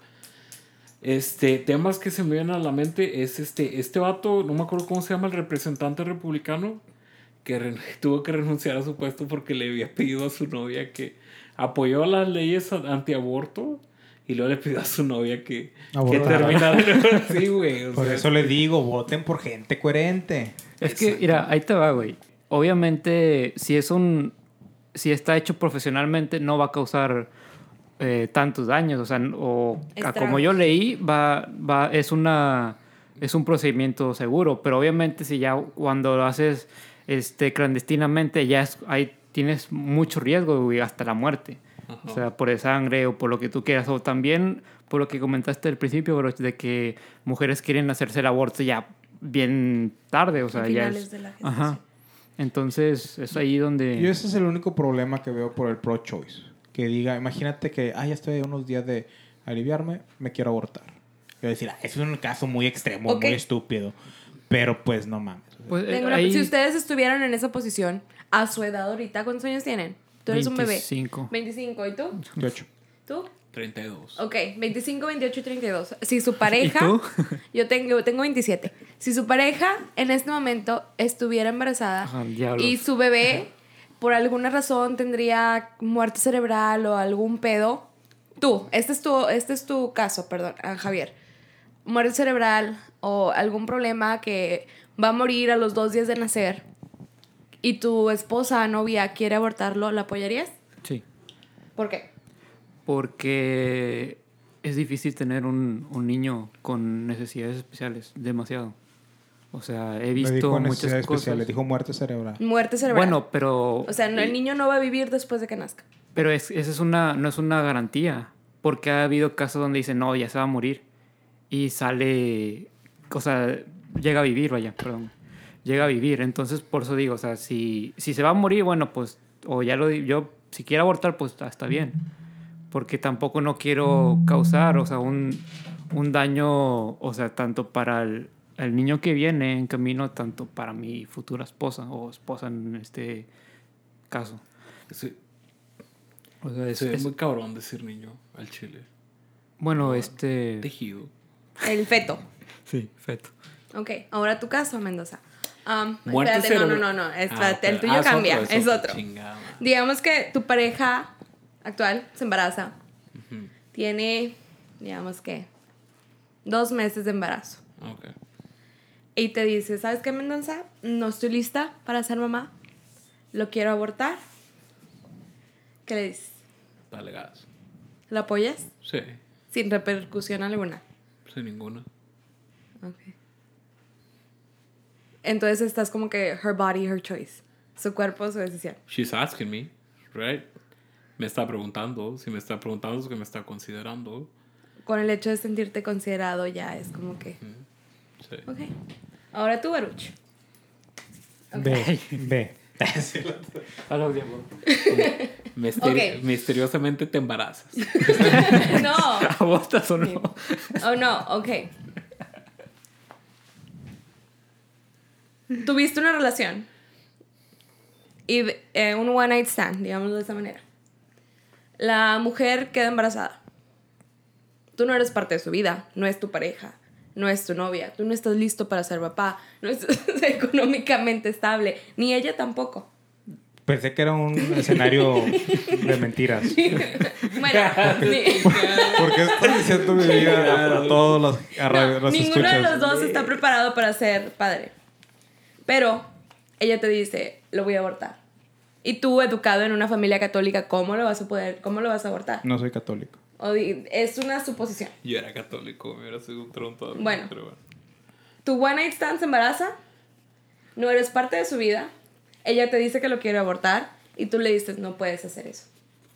Temas que se me vienen a la mente es este vato, no me acuerdo cómo se llama, el representante republicano que tuvo que renunciar a su puesto porque le había pedido a su novia que apoyó las leyes antiaborto y luego le pidió a su novia que terminara. Sí, güey. Por eso le digo, voten por gente coherente. Es que, mira, ahí te va, güey. Obviamente, si está hecho profesionalmente, no va a causar tantos daños. O sea, como yo leí, es un procedimiento seguro. Pero obviamente, si ya cuando lo haces clandestinamente, ahí tienes mucho riesgo, güey, hasta la muerte. Ajá. O sea, por sangre o por lo que tú quieras. O también por lo que comentaste al principio, bro, de que mujeres quieren hacerse el aborto ya bien tarde. O sea, ya es... De la gestación. Ajá. Entonces, es ahí donde... Yo ese es el único problema que veo por el pro-choice. Que diga, imagínate que, ya estoy a unos días de aliviarme, me quiero abortar. Yo decir, es un caso muy extremo, muy estúpido. Pero pues no mames. Pues, Si ustedes estuvieran en esa posición, a su edad ahorita, ¿cuántos años tienen? Tú eres 25. un bebé. 25. ¿Y tú? 28. ¿Tú? 32. Ok, 25, 28 y 32. Si su pareja... ¿Y tú? Yo tengo 27. Si su pareja en este momento estuviera embarazada y su bebé por alguna razón tendría muerte cerebral o algún pedo, este es tu caso, perdón, Javier. Muerte cerebral o algún problema que va a morir a los 2 días de nacer y tu esposa, novia, quiere abortarlo, ¿la apoyarías? Sí. ¿Por qué? Porque es difícil tener un niño con necesidades especiales, demasiado. O sea, he visto muchas cosas. Le dijo muerte cerebral. Muerte cerebral. Bueno, pero... O sea, el niño no va a vivir después de que nazca. Pero esa no es una garantía. Porque ha habido casos donde dicen, no, ya se va a morir. y sale, o sea, llega a vivir, vaya, perdón. Llega a vivir, entonces por eso digo, o sea, si se va a morir, bueno, pues, o ya lo digo, yo, si quiero abortar, pues está bien. Porque tampoco no quiero causar, o sea, un daño, o sea, tanto para el niño que viene en camino, tanto para mi futura esposa o esposa en este caso. Sí. O sea, Es muy cabrón decir niño al chile. bueno, Tejido. El feto. Sí, feto. Ok, ahora tu caso, Mendoza. Muerte Espérate, cerebral. no. Espérate, el tuyo cambia, es otro. Chingada. Digamos que tu pareja actual se embaraza. Ujú. Tiene, digamos que, 2 meses de embarazo. Ok. Y te dice, ¿sabes qué, Mendoza? No estoy lista para ser mamá. Lo quiero abortar. ¿Qué le dices? Dale gas. ¿Lo apoyas? Sí. Sin repercusión alguna. Sin ninguna. Ok. Entonces estás como que her body, her choice. Su cuerpo, su decisión. She's asking me, right? Me está preguntando. Si me está preguntando es que me está considerando. Con el hecho de sentirte considerado ya es como que... Sí. Ok. Ahora tú, Baruch. Ve. A los diablos. Ok. Misteriosamente te embarazas. No. ¿Abortas o no? Oh, no. Ok. Tuviste una relación. Y un one night stand, digámoslo de esa manera. La mujer queda embarazada. Tú no eres parte de su vida. No es tu pareja. No es tu novia. Tú no estás listo para ser papá. No estás económicamente estable. Ni ella tampoco. Pensé que era un escenario de mentiras. Bueno, ¿Por qué estás diciendo mi vida a todos los ninguno de los escuchas? dos está preparado para ser padre. Pero ella te dice, lo voy a abortar. Y tú, educado en una familia católica, ¿cómo lo vas a abortar? No soy católico. Es una suposición. Yo era católico, me hubiera sido un tronto. Bueno. Pero bueno. Tu one night stand se embaraza, no eres parte de su vida, ella te dice que lo quiere abortar y tú le dices, no puedes hacer eso.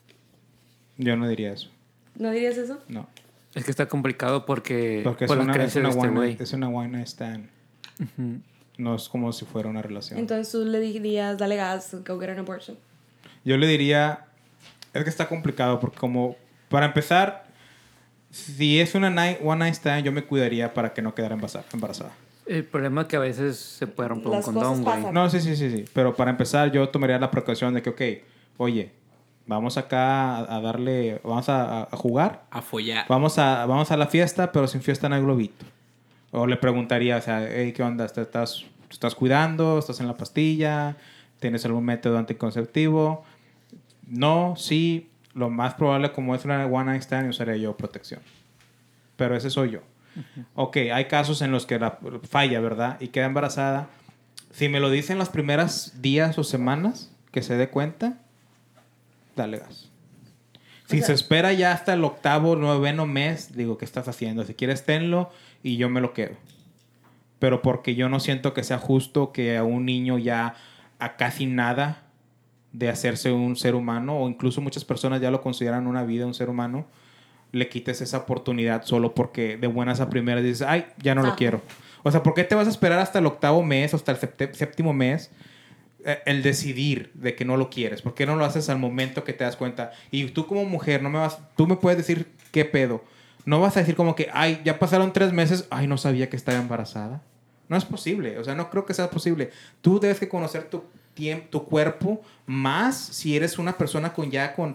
Yo no diría eso. ¿No dirías eso? No. Es que está complicado porque Porque por es las creencias de este güey. es una one night stand. No es como si fuera una relación. Entonces tú le dirías, dale gas, go get an abortion. Yo le diría... Es que está complicado porque como... Para empezar, si es una one night stand, yo me cuidaría para que no quedara embarazada. El problema es que a veces se puede romper Las un condón, cosas güey. pasan. No, sí. Pero para empezar, yo tomaría la precaución de que, ok, oye, vamos acá a darle... Vamos a jugar. A follar. Vamos a la fiesta, pero sin fiesta no hay globito. O le preguntaría, o sea, hey, ¿qué onda? ¿Te estás cuidando? ¿Estás en la pastilla? ¿Tienes algún método anticonceptivo? No, sí. Lo más probable, como es una one night stand, usaría yo protección. Pero ese soy yo. Ok, hay casos en los que la falla, ¿verdad? Y queda embarazada. Si me lo dicen las primeras días o semanas que se dé cuenta, dale gas. Si se espera ya hasta el 8º, 9º mes, digo, ¿qué estás haciendo? Si quieres, tenlo y yo me lo quedo. Pero porque yo no siento que sea justo que a un niño ya a casi nada de hacerse un ser humano, o incluso muchas personas ya lo consideran una vida, un ser humano, le quites esa oportunidad solo porque de buenas a primeras dices, ay, ya no lo quiero. O sea, ¿por qué te vas a esperar hasta el 8º mes o hasta el 7º mes el decidir de que no lo quieres? ¿Por qué no lo haces al momento que te das cuenta? Y tú como mujer, tú me puedes decir qué pedo. No vas a decir como que, ay, ya pasaron 3 meses, ay, no sabía que estaba embarazada. No es posible, o sea, no creo que sea posible. Tú debes que conocer tu cuerpo, más si eres una persona con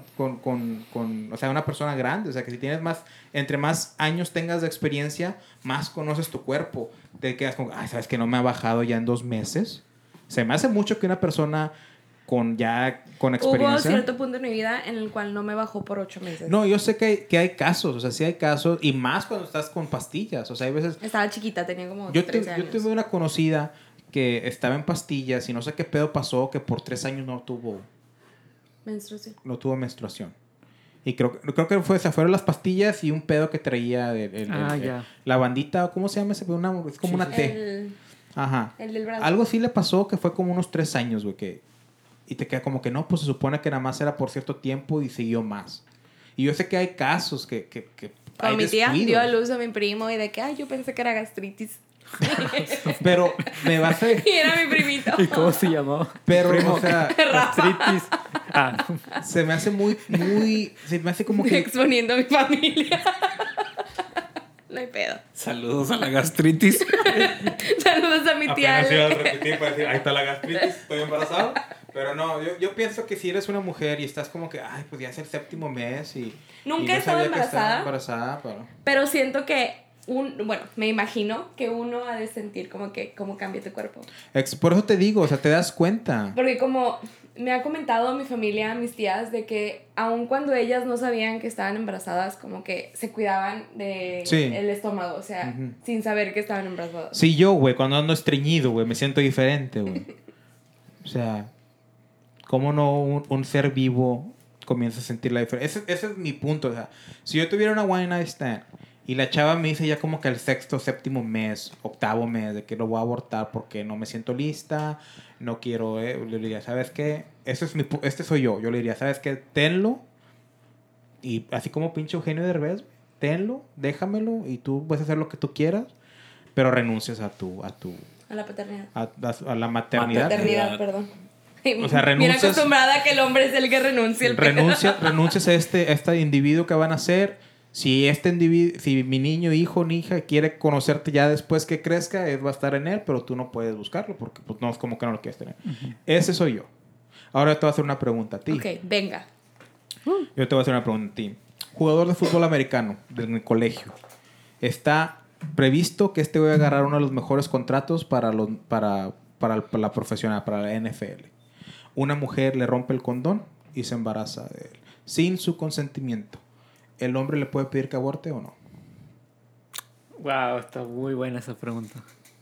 o sea, una persona grande. O sea, que si tienes entre más años tengas de experiencia, más conoces tu cuerpo. Te quedas como, ay, ¿sabes que no me ha bajado ya en 2 meses? Se me hace mucho que una persona con experiencia... Hubo cierto punto en mi vida en el cual no me bajó por 8 meses. No, yo sé que hay casos, o sea, sí hay casos, y más cuando estás con pastillas. O sea, hay veces... Estaba chiquita, tenía como 13 años. Yo tuve una conocida que estaba en pastillas y no sé qué pedo pasó, que por 3 años no tuvo menstruación. Y creo que fueron las pastillas y un pedo que traía la bandita, ¿cómo se llama ese pedo? Es como una T. Ajá. El del brazo. Algo sí le pasó que fue como unos 3 años, güey, y te queda como que no, pues se supone que nada más era por cierto tiempo y siguió más. Y yo sé que hay casos que Como hay mi tía descuidos. dio a luz a mi primo y de que, ay, yo pensé que era gastritis. Pero me vas a... Y era mi primito. ¿Y cómo se llamaba? Pero, o sea, Gastritis. se me hace muy... Se me hace como que... Exponiendo a mi familia. No hay pedo. Saludos a la gastritis. Saludos a mi tía. Apenas iba a repetir para decir, ahí está la gastritis, estoy embarazado. Pero no, yo pienso que si eres una mujer y estás como que, ay, pues ya es el 7º mes y... Nunca y he estado sabía que estaba embarazada. pero... Pero siento que bueno, me imagino que uno ha de sentir como que cómo cambia tu cuerpo. Por eso te digo, o sea, te das cuenta. Porque como me ha comentado mi familia, mis tías, de que aun cuando ellas no sabían que estaban embarazadas, como que se cuidaban de Sí. el estómago, o sea, sin saber que estaban embarazadas. Sí, yo, güey, cuando ando estreñido, güey, me siento diferente, güey. O sea, ¿cómo no un ser vivo comienza a sentir la diferencia? Ese es mi punto, o sea, si yo tuviera una one night stand y la chava me dice ya como que el 6º, 7º mes, 8º mes de que lo voy a abortar porque no me siento lista, no quiero, le diría, ¿sabes qué? Este soy yo. Yo le diría, ¿sabes qué? Tenlo. Y así como pinche Eugenio Derbez, tenlo, déjamelo y tú puedes hacer lo que tú quieras, pero renuncias a la paternidad. a la maternidad. Paternidad, perdón. O sea, Bien renuncias... acostumbrada a que el hombre es el que renuncia. Renuncias a este individuo que van a ser. Si si mi niño, hijo o hija quiere conocerte ya después que crezca, él va a estar en él, pero tú no puedes buscarlo porque pues, no es como que no lo quieres tener. Ese soy yo. Ahora te voy a hacer una pregunta a ti. Ok, venga. Yo te voy a hacer una pregunta a ti. Jugador de fútbol americano del colegio. Está previsto que este voy a agarrar uno de los mejores contratos para la profesional, para la NFL. Una mujer le rompe el condón y se embaraza de él. Sin su consentimiento. ¿El hombre le puede pedir que aborte o no? Wow, está muy buena esa pregunta.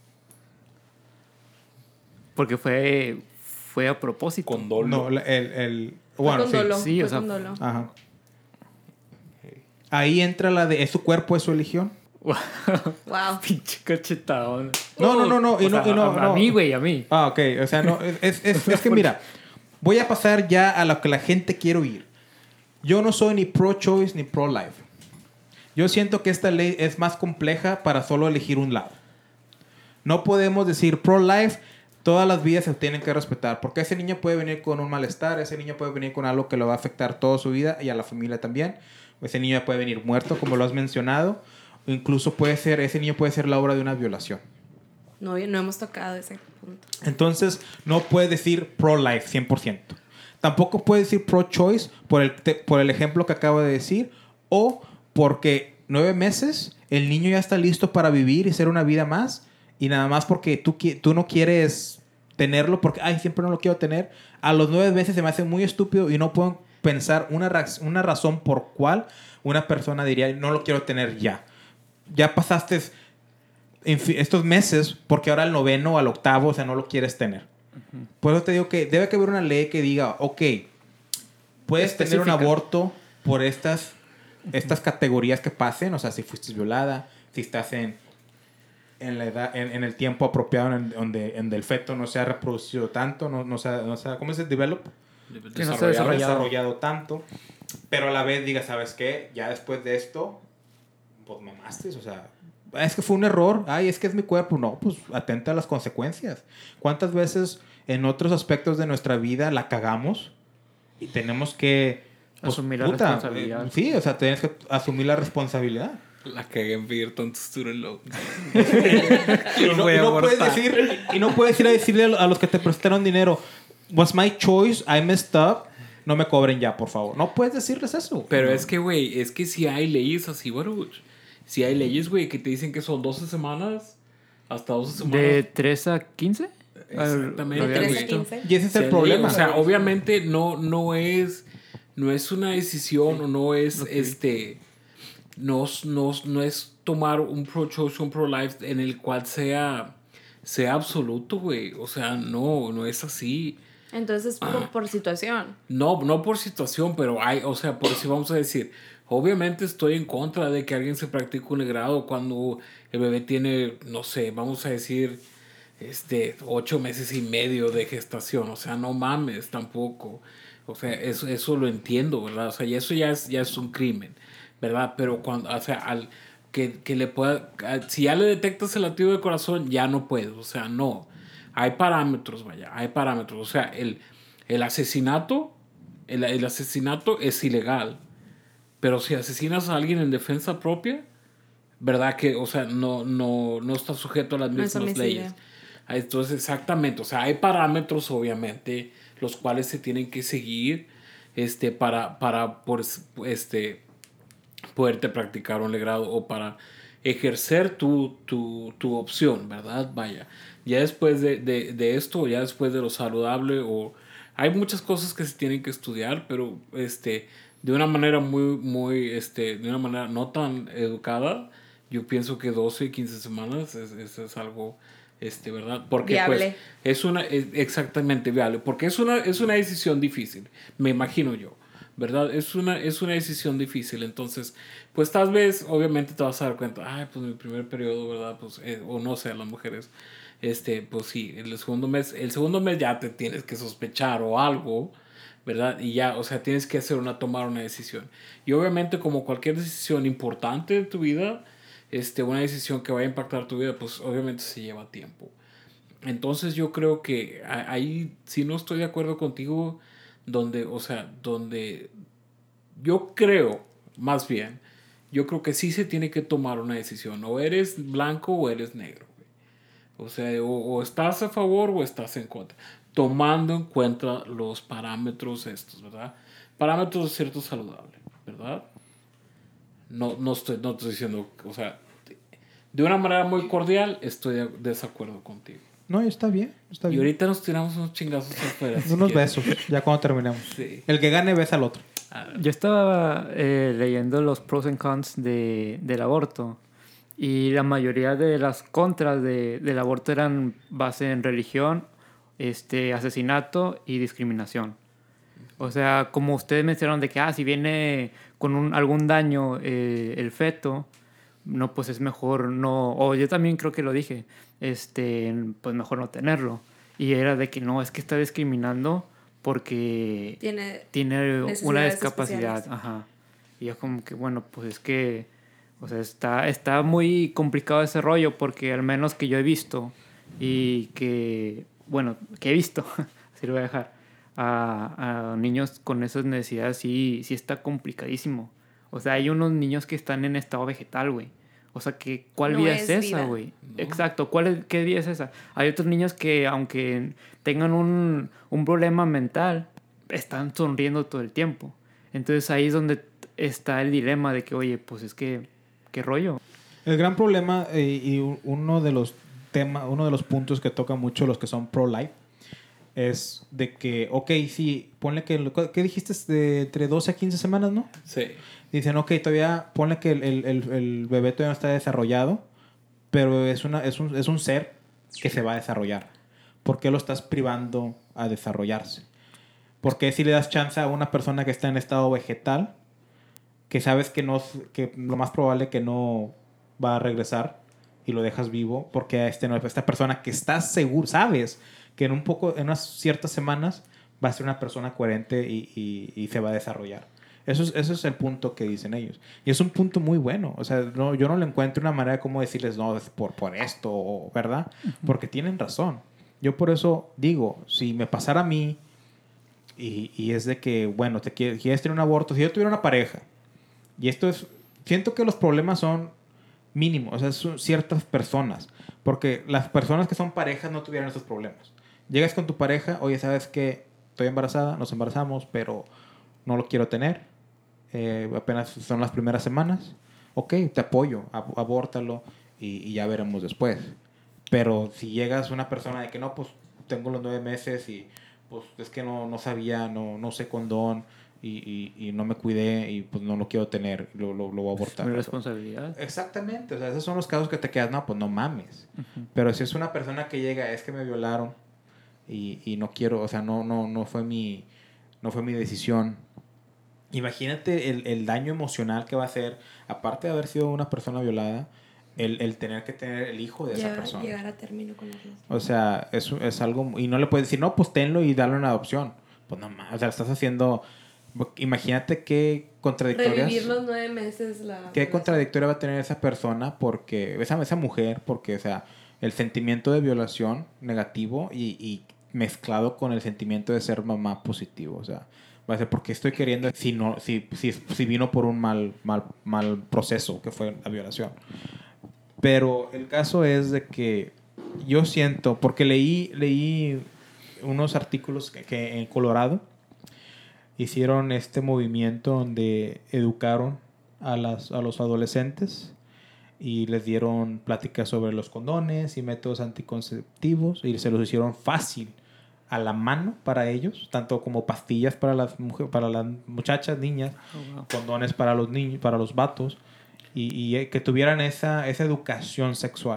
Porque fue a propósito. Con dolo. No, bueno, Fue con dolo. Sí, o Fue sea, con dolo. Ajá. Ahí entra la de ¿es su cuerpo, es su religión? Wow. Wow. Pinche cachetadón. No. O sea, a mí, güey, a mí. Ah, ok. O sea, no. Es que mira, voy a pasar ya a lo que la gente quiere oír. Yo no soy ni pro-choice ni pro-life. Yo siento que esta ley es más compleja para solo elegir un lado. No podemos decir pro-life, todas las vidas se tienen que respetar. Porque ese niño puede venir con un malestar, ese niño puede venir con algo que lo va a afectar toda su vida y a la familia también. Ese niño puede venir muerto, como lo has mencionado. O incluso ese niño puede ser la obra de una violación. No hemos tocado ese punto. Entonces, no puedes decir pro-life 100%. Tampoco puedes decir pro-choice por el ejemplo que acabo de decir o porque 9 meses el niño ya está listo para vivir y ser una vida más y nada más porque tú no quieres tenerlo porque, ay, siempre no lo quiero tener. A los 9 meses se me hace muy estúpido y no puedo pensar una razón por cual una persona diría, no lo quiero tener ya. Ya pasaste estos meses porque ahora al 9º o al 8º, o sea, no lo quieres tener. Por eso te digo que debe haber una ley que diga, ok, puedes tener un aborto por estas categorías que pasen, o sea, si fuiste violada, si estás en la edad, en el tiempo apropiado en donde el feto no se ha reproducido tanto, no se ha ¿cómo se develop? Que no se ha desarrollado tanto, pero a la vez diga, ¿sabes qué? Ya después de esto, pues mamaste, o sea, es que fue un error, ay, es que es mi cuerpo. No, pues atenta a las consecuencias. ¿Cuántas veces en otros aspectos de nuestra vida la cagamos y tenemos que pues, asumir la responsabilidad? Sí, o sea, tienes que asumir la responsabilidad. La cagué en pedir tonto student loan. Y no puedes ir a decirle a los que te prestaron dinero, was my choice, I messed up, no me cobren ya, por favor. No puedes decirles eso. Pero no. es que, güey, si hay leyes así, Baruch. Si hay leyes, güey, que te dicen que son 12 semanas, hasta 12 semanas. ¿De 3 a 15? Exactamente. De 3 a güey. 15. Y ese es el problema. O sea, obviamente no es una decisión o no es no es tomar un pro-choice, un pro-life en el cual sea absoluto, güey. O sea, no es así. Entonces, por situación. No por situación, pero o sea, por si vamos a decir, obviamente estoy en contra de que alguien se practique un grado cuando el bebé tiene, no sé, vamos a decir, 8 meses y medio de gestación. O sea, no mames tampoco. O sea, eso lo entiendo, ¿verdad? O sea, y eso ya es un crimen. ¿verdad? Pero cuando, o sea, que le pueda, si ya le detectas el latido del corazón, ya no puedes, o sea, no. Hay parámetros, vaya, hay parámetros. O sea, el asesinato, el asesinato es ilegal, pero si asesinas a alguien en defensa propia, ¿verdad? Que, o sea, no está sujeto a las No es mismas homicidio. leyes. Entonces, exactamente, o sea, hay parámetros, obviamente, los cuales se tienen que seguir poderte practicar un legrado o para ejercer tu opción, ¿verdad? Vaya, ya después de esto, ya después de lo saludable, o hay muchas cosas que se tienen que estudiar, pero de una manera de una manera no tan educada, yo pienso que 12 15 semanas es algo, ¿verdad? Porque Viable. pues exactamente viable, porque es una decisión difícil, me imagino yo. ¿Verdad? Es una decisión difícil. Entonces, pues tal vez, obviamente te vas a dar cuenta, ay, pues mi primer periodo, ¿verdad? Pues, o no sé, las mujeres, pues sí, el segundo mes ya te tienes que sospechar o algo, ¿verdad? Y ya, o sea, tienes que tomar una decisión. Y obviamente, como cualquier decisión importante de tu vida, una decisión que vaya a impactar tu vida, pues obviamente se lleva tiempo. Entonces yo creo que ahí sí no estoy de acuerdo contigo, donde yo creo, más bien, yo creo que sí se tiene que tomar una decisión. O eres blanco o eres negro. O sea, o estás a favor o estás en contra. Tomando en cuenta los parámetros estos, ¿verdad? Parámetros de cierto saludable, ¿verdad? No estoy diciendo, o sea, de una manera muy cordial estoy de desacuerdo contigo. No, está bien, está Y bien. ahorita nos tiramos unos chingazos afuera. Unos besos, ya cuando terminemos. Sí. El que gane besa al otro. Yo estaba leyendo los pros and cons del aborto y la mayoría de las contras del aborto eran base en religión, asesinato y discriminación. O sea, como ustedes mencionaron de que si viene con algún daño el feto, no, pues es mejor no, o yo también creo que lo dije, pues mejor no tenerlo. Y era de que no, es que está discriminando porque tiene una discapacidad. especiales. Ajá. Y yo como que, bueno, pues es que, o sea, está muy complicado ese rollo porque al menos que yo he visto y que, bueno, que he visto, así lo voy a dejar, a niños con esas necesidades sí está complicadísimo. O sea, hay unos niños que están en estado vegetal, güey. O sea, ¿cuál No vida es es esa, vida. güey? No. Exacto, ¿qué vida es esa? Hay otros niños que, aunque tengan un problema mental, están sonriendo todo el tiempo. Entonces ahí es donde está el dilema de que, oye, pues es que, ¿qué rollo? El gran problema y uno de los puntos que toca mucho los que son pro-life es de que, ok, sí, ponle que, ¿qué dijiste? De entre 12 a 15 semanas, ¿no? Sí. Dicen, ok, todavía, ponle que el bebé todavía no está desarrollado, pero es un ser que se va a desarrollar. ¿Por qué lo estás privando a desarrollarse? ¿Por qué si le das chance a una persona que está en estado vegetal, que sabes que lo más probable que no va a regresar y lo dejas vivo, porque a esta persona que estás seguro, sabes que en unas ciertas semanas va a ser una persona coherente y se va a desarrollar? Eso es el punto que dicen ellos. Y es un punto muy bueno. O sea, yo no le encuentro una manera de cómo decirles, no, es por esto, ¿verdad? Porque tienen razón. Yo por eso digo, si me pasara a mí y es de que, bueno, quieres tener un aborto, si yo tuviera una pareja, y siento que los problemas son mínimos, o sea, son ciertas personas, porque las personas que son parejas no tuvieran estos problemas. Llegas con tu pareja, oye, ¿sabes qué? Estoy embarazada, nos embarazamos, pero no lo quiero tener. Apenas son las primeras semanas. Ok, te apoyo, abórtalo y ya veremos después. Pero si llegas una persona de que no, pues tengo los 9 meses y pues es que no sabía, no usé condón y no me cuidé y pues no lo quiero tener, lo voy a abortar. Mi responsabilidad. Exactamente, o sea, esos son los casos que te quedas, no, pues no mames. Pero si es una persona que llega, es que me violaron y no quiero, o sea, no fue mi decisión. Imagínate el daño emocional que va a hacer, aparte de haber sido una persona violada, el tener que tener el hijo de esa persona. Llegar a término con la relación. O sea, es algo... Y no le puedes decir, no, pues tenlo y darle una adopción. Pues no más, o sea, estás haciendo... Imagínate qué contradictorias. Revivir los 9 meses ¿Qué contradictoria va a tener esa persona? Porque esa mujer, porque, o sea, el sentimiento de violación negativo y mezclado con el sentimiento de ser mamá positivo. O sea, va a ser porque estoy queriendo si vino por un mal proceso que fue la violación. Pero el caso es de que yo siento, porque leí unos artículos que en Colorado hicieron este movimiento donde educaron a los adolescentes y les dieron pláticas sobre los condones y métodos anticonceptivos y se los hicieron fácil a la mano para ellos, tanto como pastillas para las muchachas, niñas, condones para los niños, para los vatos y que tuvieran esa educación sexual.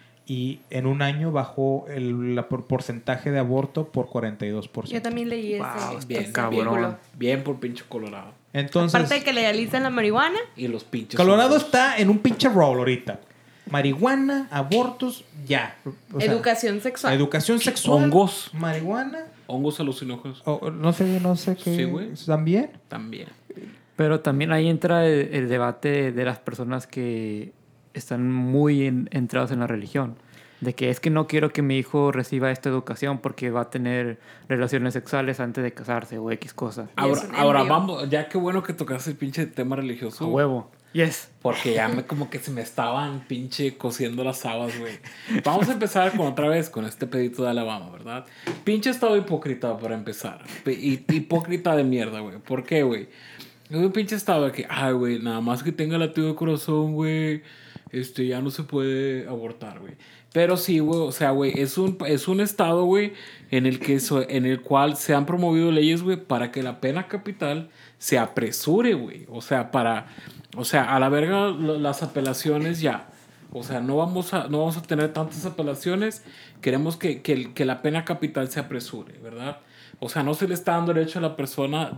Y en un año bajó el porcentaje de aborto por 42%. Yo también leí ese Bien, artículo. Bien por pinche Colorado. Entonces, aparte de que legalizan la marihuana. Y los pinches. Colorado hongos. está en un pinche roll ahorita. Marihuana, abortos, ya. O sea, Educación sexual. Educación sexual. Hongos. Marihuana. Hongos alucinógenos. No sé qué. Sí, güey. ¿También? También. Pero también ahí entra el debate de las personas que están muy entrados en la religión. De que es que no quiero que mi hijo reciba esta educación porque va a tener relaciones sexuales antes de casarse o X cosas. Ahora vamos, ya qué bueno que tocaste el pinche tema religioso. A huevo. Yes. Porque ya como que se me estaban pinche cosiendo las habas, güey. Vamos a empezar otra vez con este pedito de Alabama, ¿verdad? Pinche estado hipócrita para empezar. Hipócrita de mierda, güey. ¿Por qué, güey? Es un pinche estado de que, ay, güey, nada más que tenga latido de corazón, güey, ya no se puede abortar, güey. Pero sí, güey, o sea, güey, es un estado, güey, en el cual se han promovido leyes, güey, para que la pena capital se apresure, güey. O sea, a la verga las apelaciones ya. O sea, no vamos a tener tantas apelaciones. Queremos que la pena capital se apresure, ¿verdad? O sea, no se le está dando derecho a la persona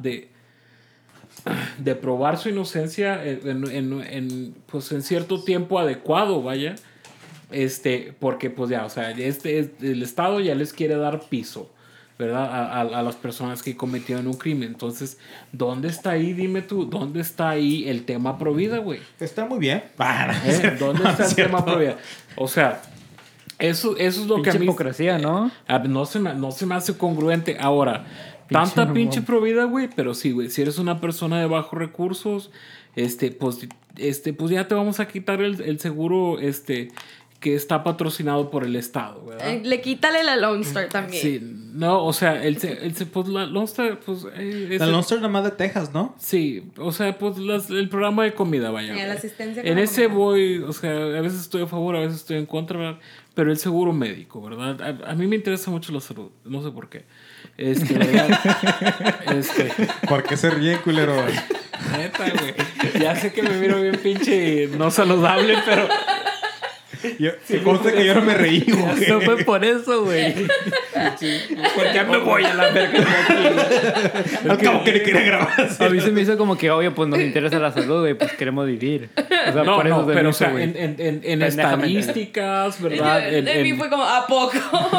de probar su inocencia pues en cierto tiempo adecuado, vaya. Porque pues ya, o sea, el Estado ya les quiere dar piso, ¿verdad? A las personas que cometieron un crimen. Entonces, ¿dónde está ahí, dime tú, dónde está ahí el tema pro vida, güey? Está muy bien. ¿Dónde está el tema pro vida? O sea, eso es lo pinche que a mí... hipocresía, ¿no? No se me hace congruente. Ahora, tanta pinche pro vida, güey, pero sí, güey, si eres una persona de bajos recursos, pues ya te vamos a quitar el seguro, que está patrocinado por el Estado, ¿verdad? Le quítale la Lone Star también. Sí, no, o sea, pues la Lone Star, pues... la Lone Star nada más de Texas, ¿no? Sí, o sea, pues el programa de comida, vaya. La asistencia en ese comida. voy, o sea, a veces estoy a favor, a veces estoy en contra, ¿verdad? Pero el seguro médico, ¿verdad? A mí me interesa mucho la salud, no sé por qué. ¿Verdad? ¿Por qué se ríen, culero? Neta, güey. Ya sé que me miro bien pinche no saludable, pero... Consta que yo no me reí, güey. No fue por eso, güey. Pues ya me voy a la verga de aquí. Al cabo que ni quería grabar. A mí se me hizo como que, obvio, pues nos interesa la salud, güey, pues queremos vivir. O sea, No, por eso no, se pero me o hizo, sea, güey. en estadísticas, ¿verdad? De mí fue como, ¿a poco?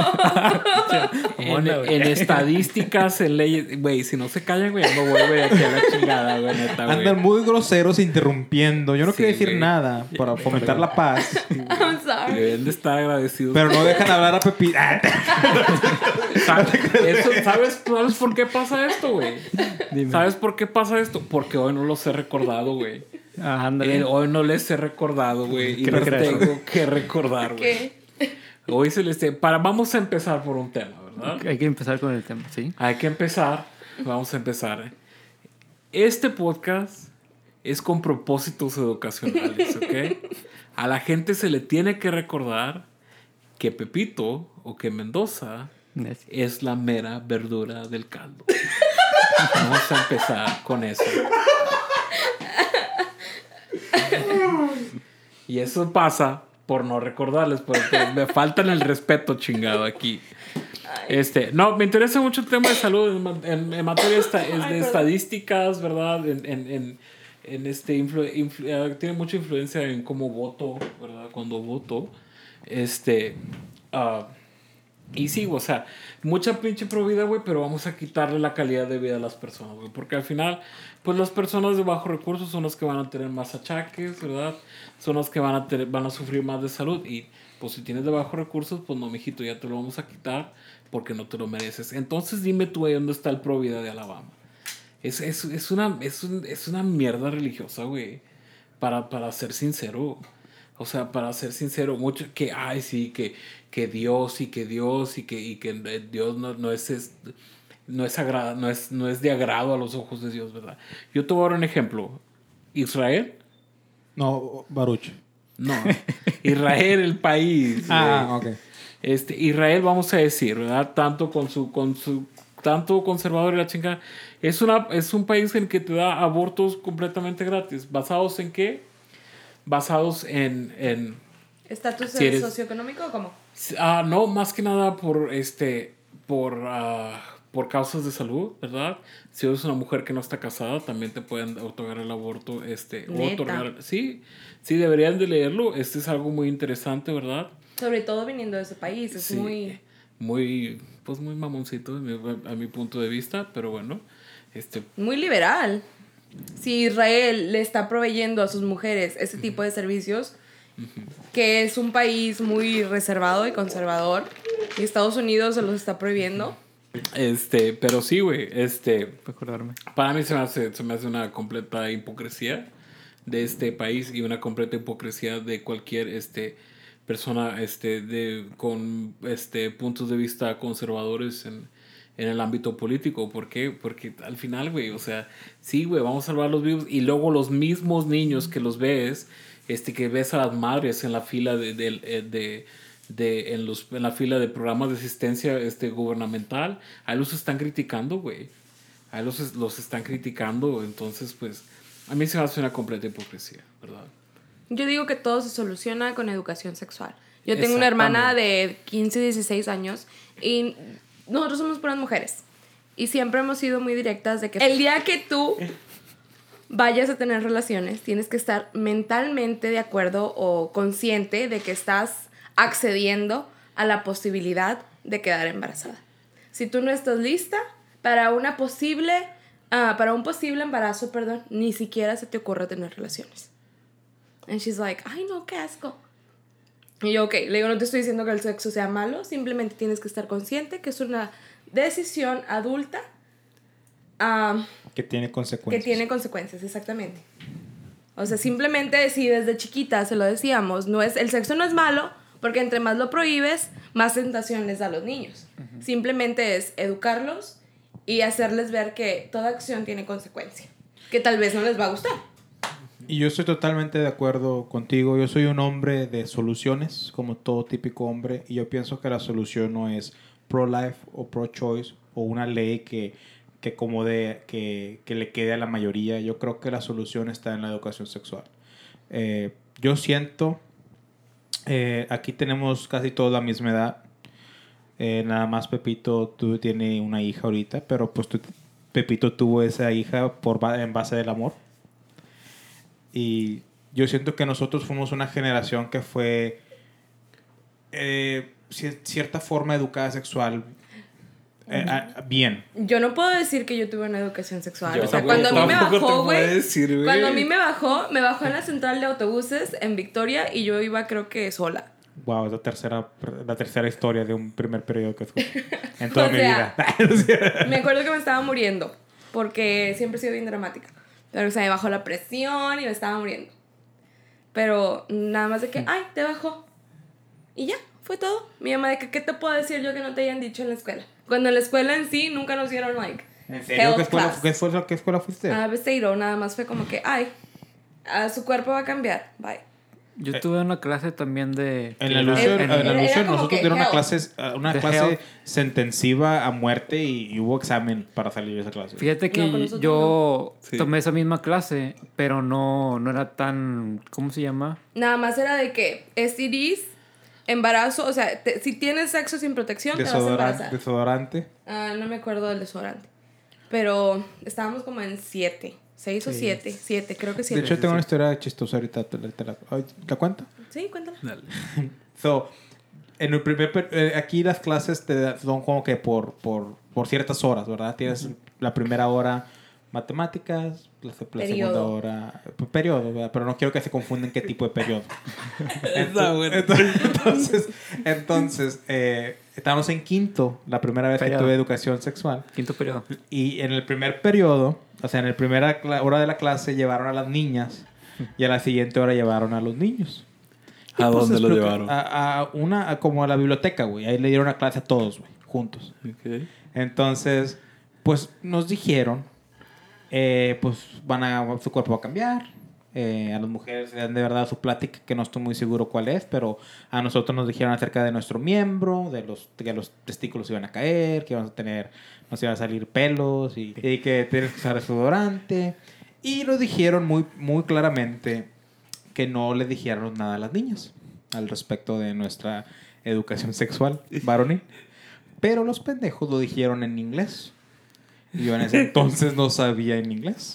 En estadísticas, en leyes, güey, si no se callan, güey, no voy, güey, aquí a la chingada, güey, neta, güey. Andan muy groseros interrumpiendo. Yo no Sí, quería decir güey. nada para fomentar la paz. I'm sorry. Deben de estar agradecidos. Pero no dejan hablar a Pepito. ¿Sabes por qué pasa esto, güey? Dime. ¿Sabes por qué pasa esto? Porque hoy no los he recordado, güey. Ah, ándale. Hoy no les he recordado, güey. Y ¿Qué los crees? tengo que recordar, güey. ¿Qué? Hoy vamos a empezar por un tema, ¿verdad? Hay que empezar con el tema, ¿sí? Hay que empezar. Vamos a empezar. Este podcast es con propósitos educacionales, ¿ok? A la gente se le tiene que recordar que Pepito o que Mendoza es la mera verdura del caldo. Vamos a empezar con eso. Y eso pasa por no recordarles, porque me faltan el respeto chingado aquí. No, me interesa mucho el tema de salud en materia de estadísticas, ¿verdad? Tiene mucha influencia en cómo voto, ¿verdad? Cuando voto, Y sí, o sea, mucha pinche provida, güey, pero vamos a quitarle la calidad de vida a las personas, güey. Porque al final, pues las personas de bajos recursos son las que van a tener más achaques, ¿verdad? Son las que van a sufrir más de salud. Y pues si tienes de bajos recursos, pues no, mijito, ya te lo vamos a quitar porque no te lo mereces. Entonces dime tú, güey, ¿dónde está el provida de Alabama? Es una mierda religiosa, güey. Para ser sincero. O sea, para ser sincero, mucho que, ay, sí, que Dios y que Dios y que Dios no es de agrado a los ojos de Dios, ¿verdad? Yo te voy a dar un ejemplo. Israel. No, Baruch. No. Israel, el país. Ok. Israel, vamos a decir, ¿verdad? Tanto tanto conservador y la chingada. Es un país en que te da abortos completamente gratis. ¿Basados en qué? Basados en ¿Estatus si socioeconómico o cómo? No, más que nada por causas de salud, ¿verdad? Si eres una mujer que no está casada, también te pueden otorgar el aborto, ¿Neta? Sí, deberían de leerlo. Es algo muy interesante, ¿verdad? Sobre todo viniendo de ese país, es Sí, muy mamoncito a mi punto de vista, pero bueno, muy liberal. Si Israel le está proveyendo a sus mujeres ese tipo de servicios, que es un país muy reservado y conservador, y Estados Unidos se los está prohibiendo. Pero sí, güey, Recordarme. para mí se me hace una completa hipocresía de este país y una completa hipocresía de cualquier persona con puntos de vista conservadores en el ámbito político. ¿Por qué? Porque al final, güey, o sea, sí, güey, vamos a salvar los vivos y luego los mismos niños que los ves, que ves a las madres en la fila en la fila de programas de asistencia gubernamental, ahí los están criticando, güey. Ahí los están criticando, entonces, pues, a mí se me hace una completa hipocresía, ¿verdad? Yo digo que todo se soluciona con educación sexual. Yo tengo una hermana de 15, 16 años y nosotros somos puras mujeres. Y siempre hemos sido muy directas de que el día que tú vayas a tener relaciones, tienes que estar mentalmente de acuerdo o consciente de que estás accediendo a la posibilidad de quedar embarazada. Si tú no estás lista para un posible embarazo, ni siquiera se te ocurre tener relaciones. And she's like, ay no, qué asco. Y yo, ok, le digo, no te estoy diciendo que el sexo sea malo, simplemente tienes que estar consciente que es una decisión adulta que tiene consecuencias. Que tiene consecuencias, exactamente. O sea, simplemente si desde chiquita se lo decíamos, el sexo no es malo, porque entre más lo prohíbes, más tentación les da a los niños. Uh-huh. Simplemente es educarlos y hacerles ver que toda acción tiene consecuencia, que tal vez no les va a gustar. Y yo estoy totalmente de acuerdo contigo. Yo soy un hombre de soluciones, como todo típico hombre, y yo pienso que la solución no es pro-life o pro-choice o una ley que le quede a la mayoría. Yo creo que la solución está en la educación sexual. Yo siento, aquí tenemos casi todos la misma edad. Nada más Pepito tiene una hija ahorita, pero pues Pepito tuvo esa hija en base del amor. Y yo siento que nosotros fuimos una generación que fue cierta forma educada sexual bien. Yo no puedo decir que yo tuve una educación sexual. O sea, cuando a mí me bajó, güey. Cuando a mí me bajó en la central de autobuses en Victoria y yo iba, creo que sola. Wow, es la tercera historia de un primer periodo que escuché en toda mi vida. Me acuerdo que me estaba muriendo porque siempre he sido bien dramática. Pero se me bajó la presión y me estaba muriendo. Pero nada más de que, ay, te bajó. Y ya, fue todo. Mi mamá de que, ¿qué te puedo decir yo que no te hayan dicho en la escuela? Cuando en la escuela en sí nunca nos dieron, like, ¿en serio? ¿Qué escuela fuiste? Besteiro, nada más fue como que, ay, su cuerpo va a cambiar, bye. Yo tuve una clase también de... En la Lucio nosotros dieron una clase sentenciva a muerte y hubo examen para salir de esa clase. Fíjate que yo tomé esa misma clase, pero no era tan... ¿Cómo se llama? Nada más era de que STDs, embarazo, o sea, si tienes sexo sin protección, te vas a embarazar. ¿Desodorante? No me acuerdo del desodorante. Pero estábamos como en 7. 6 o 7. 7, creo que 7. De hecho, tengo una historia chistosa ahorita. ¿La cuento? Sí, cuéntala. So, en el aquí las clases son como que por ciertas horas, ¿verdad? Tienes la primera hora matemáticas, la segunda hora periodo, ¿verdad? Pero no quiero que se confunden qué tipo de periodo. Entonces estábamos en quinto, la primera vez que tuve educación sexual. Quinto periodo. Y en el primer periodo, o sea, en la primera hora de la clase llevaron a las niñas y a la siguiente hora llevaron a los niños. ¿A dónde lo llevaron? Como a la biblioteca, güey. Ahí le dieron una clase a todos, güey, juntos. Okay. Entonces, pues nos dijeron, pues su cuerpo va a cambiar. A las mujeres le dan de verdad su plática, que no estoy muy seguro cuál es, pero a nosotros nos dijeron acerca de nuestro miembro, que los testículos iban a caer, que nos iban a salir pelos y que tienes que usar desodorante. Y nos dijeron muy, muy claramente que no le dijéramos nada a las niñas al respecto de nuestra educación sexual varonil. Pero los pendejos lo dijeron en inglés. Y yo en ese entonces no sabía en inglés.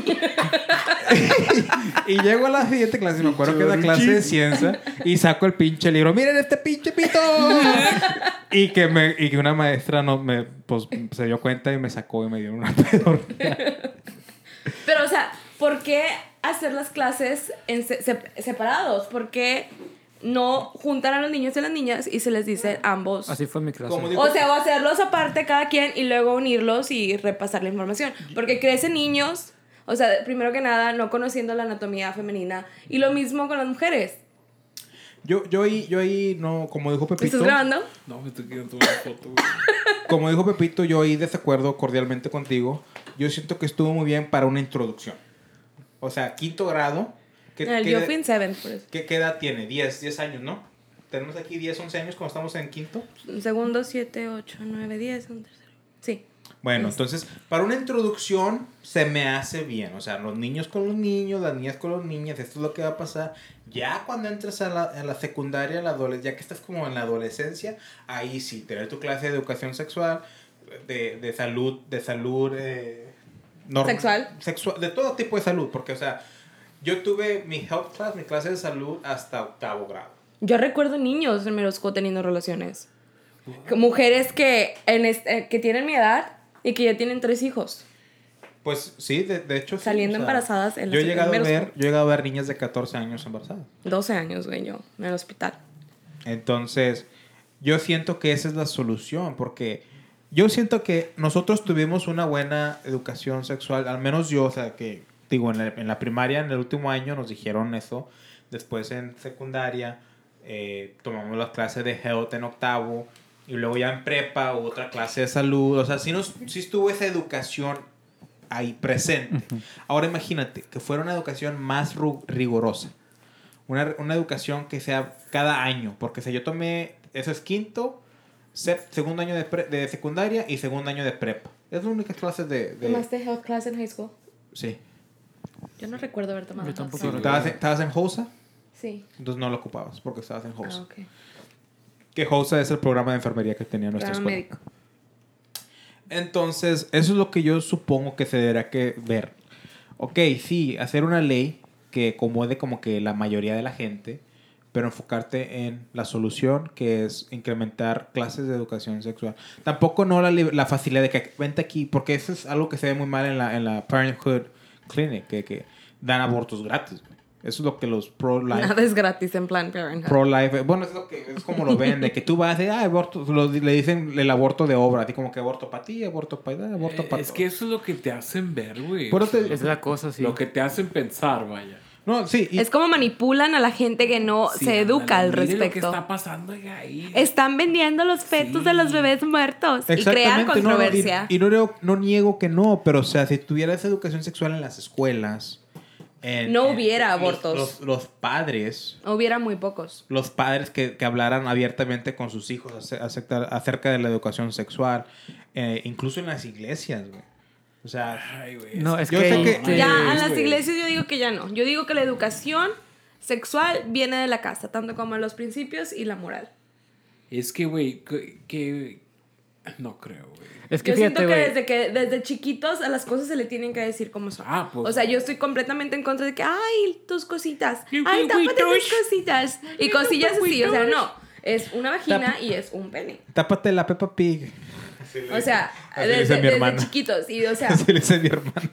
Y llego a la siguiente clase, me acuerdo que es la clase de ciencia, y saco el pinche libro. ¡Miren este pinche pito! y que una maestra se dio cuenta y me sacó y me dio una pedorrea. Pero, o sea, ¿por qué hacer las clases separados? ¿Por qué no juntar a los niños y las niñas y se les dice ambos? Así fue mi clase. O sea, o hacerlos aparte cada quien y luego unirlos y repasar la información. Porque crecen niños, o sea, primero que nada, no conociendo la anatomía femenina. Y lo mismo con las mujeres. Yo ahí no, como dijo Pepito. ¿Estás grabando? No, me estoy quedando una foto, güey. Como dijo Pepito, yo ahí desacuerdo cordialmente contigo. Yo siento que estuvo muy bien para una introducción. O sea, quinto grado. Yo fui en 7, por eso. ¿Qué edad tiene? 10 años, ¿no? Tenemos aquí 10, 11 años cuando estamos en quinto. Segundo, 7, 8, 9, 10. Un tercero. Sí. Bueno, entonces, para una introducción se me hace bien. O sea, los niños con los niños, las niñas con las niñas, esto es lo que va a pasar. Ya cuando entres a la secundaria, ya que estás como en la adolescencia, ahí sí, tener tu clase de educación sexual, de salud, sexual, de todo tipo de salud. Porque, o sea, yo tuve mi health class, mi clase de salud, hasta 8º grado. Yo recuerdo niños en Merosco teniendo relaciones. Mujeres que tienen mi edad y que ya tienen 3 hijos. Pues sí, de hecho sí. Saliendo embarazadas en la yo he llegado a ver niñas de 14 años embarazadas. 12 años, güey, yo, en el hospital. Entonces, yo siento que esa es la solución, porque yo siento que nosotros tuvimos una buena educación sexual, al menos yo, o sea, que digo, en la primaria, en el último año nos dijeron eso, después en secundaria tomamos las clases de health en 8º, y luego ya en prepa otra clase de salud, o sea, sí estuvo esa educación ahí presente. Ahora imagínate que fuera una educación más rigurosa, una educación que sea cada año, porque si yo tomé, eso es quinto, segundo año de secundaria y segundo año de prepa. Es la única clase de... ¿Tomaste health class en high school? Sí. Yo no recuerdo haber tomado. Yo tampoco recuerdo. ¿Estabas en HOSA? Sí. Entonces no lo ocupabas porque estabas en HOSA. Ah, ok. Que HOSA es el programa de enfermería que tenía nuestra escuela. Médico. Entonces, eso es lo que yo supongo que se deberá que ver. Ok, sí, hacer una ley que acomode como que la mayoría de la gente, pero enfocarte en la solución, que es incrementar clases de educación sexual. Tampoco no la facilidad de que vente aquí, porque eso es algo que se ve muy mal en la Parenthood Clinic, que dan abortos gratis. Eso es lo que los pro-life... Nada es gratis en Planned Parenthood. Pro-life... Bueno, es como lo ven, de que tú vas de... aborto... Le dicen el aborto de obra. Así como que aborto para ti, aborto para allá, aborto para... Es que eso es lo que te hacen ver, güey. Es la cosa, sí. Lo que te hacen pensar, vaya. No, sí. Es como manipulan a la gente que no se educa al respecto. Lo que está pasando ahí. Están vendiendo los fetos de los bebés muertos y crean controversia. No niego que no, pero o sea, si tuvieras educación sexual en las escuelas... no hubiera abortos. Los padres... Hubiera muy pocos. Los padres que hablaran abiertamente con sus hijos acerca de la educación sexual. Incluso en las iglesias, güey. O sea... Ay, güey. No, es ya en las iglesias yo digo que ya no. Yo digo que la educación sexual viene de la casa, tanto como los principios y la moral. Es que, güey, que... No creo, güey. Es que yo fíjate, siento que desde chiquitos a las cosas se le tienen que decir como son. Pues, o sea, yo estoy completamente en contra de que, ay, tus cositas, ay, tápate tus cositas. Y cosillas así, o sea, no. Es una vagina y es un pene. Tápate la Peppa Pig. O sea, así le dice mi desde hermana. chiquitos. Y, o sea, Así le dice mi hermana.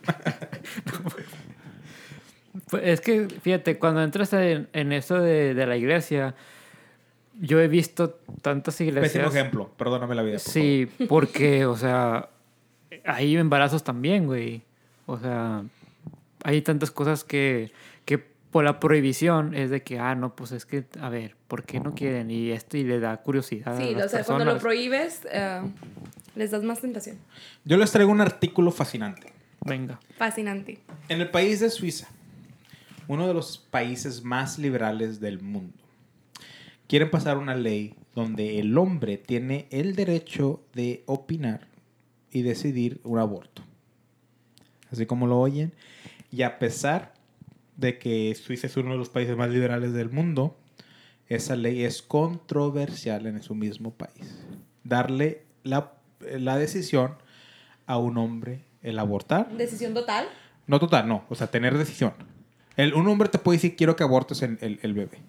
Pues es que, fíjate, cuando entras en eso de la iglesia, yo he visto tantas iglesias... Pésimo ejemplo. Perdóname la vida, por Sí, porque, o sea, hay embarazos también, güey. O sea, hay tantas cosas que por la prohibición es de que, no, pues es que, a ver, ¿por qué no quieren? Y esto y le da curiosidad sí, a las o sea, personas. cuando lo prohíbes, les das más tentación. Yo les traigo un artículo fascinante. Venga. Fascinante. En el país de Suiza, uno de los países más liberales del mundo, quieren pasar una ley donde el hombre tiene el derecho de opinar y decidir un aborto. Así como lo oyen. Y a pesar de que Suiza es uno de los países más liberales del mundo, esa ley es controversial en su mismo país. Darle la decisión a un hombre el abortar. ¿Decisión total? No total, no. O sea, tener decisión. Un hombre te puede decir, quiero que abortes el bebé.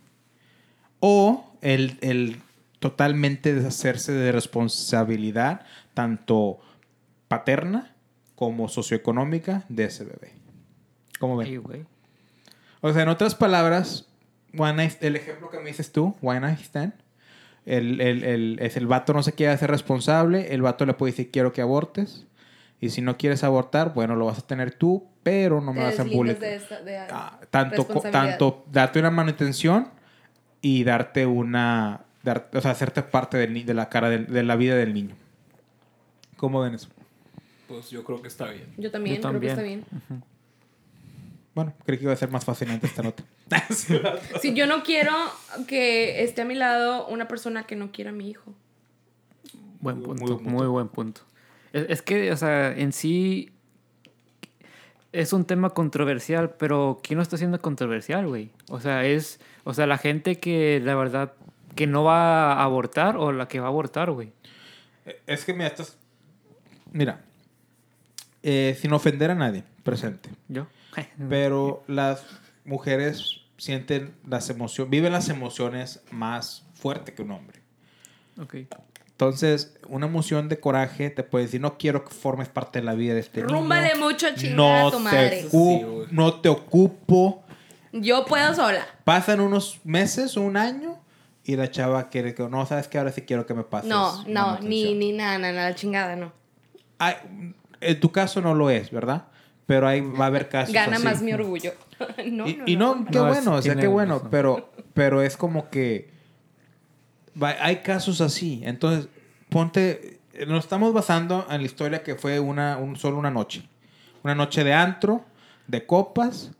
O el totalmente deshacerse de responsabilidad, tanto paterna como socioeconómica, de ese bebé. ¿Cómo ven? Ay, güey. O sea, en otras palabras, el ejemplo que me dices tú, one night stand, el vato no se quiere hacer responsable, el vato le puede decir, quiero que abortes. Y si no quieres abortar, bueno, lo vas a tener tú, pero no me vas a público. Tanto darte una manutención y darte una... o sea, hacerte parte de la cara de la vida del niño. ¿Cómo ven eso? Pues yo creo que está bien. Yo también, creo que está bien. Bueno, creí que iba a ser más fascinante esta nota. Si yo no quiero que esté a mi lado una persona que no quiera a mi hijo. Buen punto, muy buen punto. Es que, o sea, en sí es un tema controversial, pero ¿quién lo está haciendo controversial, güey? O sea, la gente que la verdad que no va a abortar o la que va a abortar, güey. Es que mira, sin ofender a nadie presente. ¿Yo? Pero las mujeres viven las emociones más fuerte que un hombre. Ok. Entonces, una emoción de coraje te puede decir, no quiero que formes parte de la vida de este niño. Rúmbale mucho, chingada a tu madre. No te ocupo. Yo puedo sola. Pasan unos meses o un año y la chava quiere que... No, ¿sabes qué? Ahora sí quiero que me pases. No, manutención. ni nada, la chingada, no. En tu caso no lo es, ¿verdad? Pero ahí va a haber casos Gana así. más mi orgullo. Qué No, bueno, o sea, tiene qué bueno. razón. Pero es como que... Hay casos así. Entonces, nos estamos basando en la historia que fue solo una noche. Una noche de antro, de copas.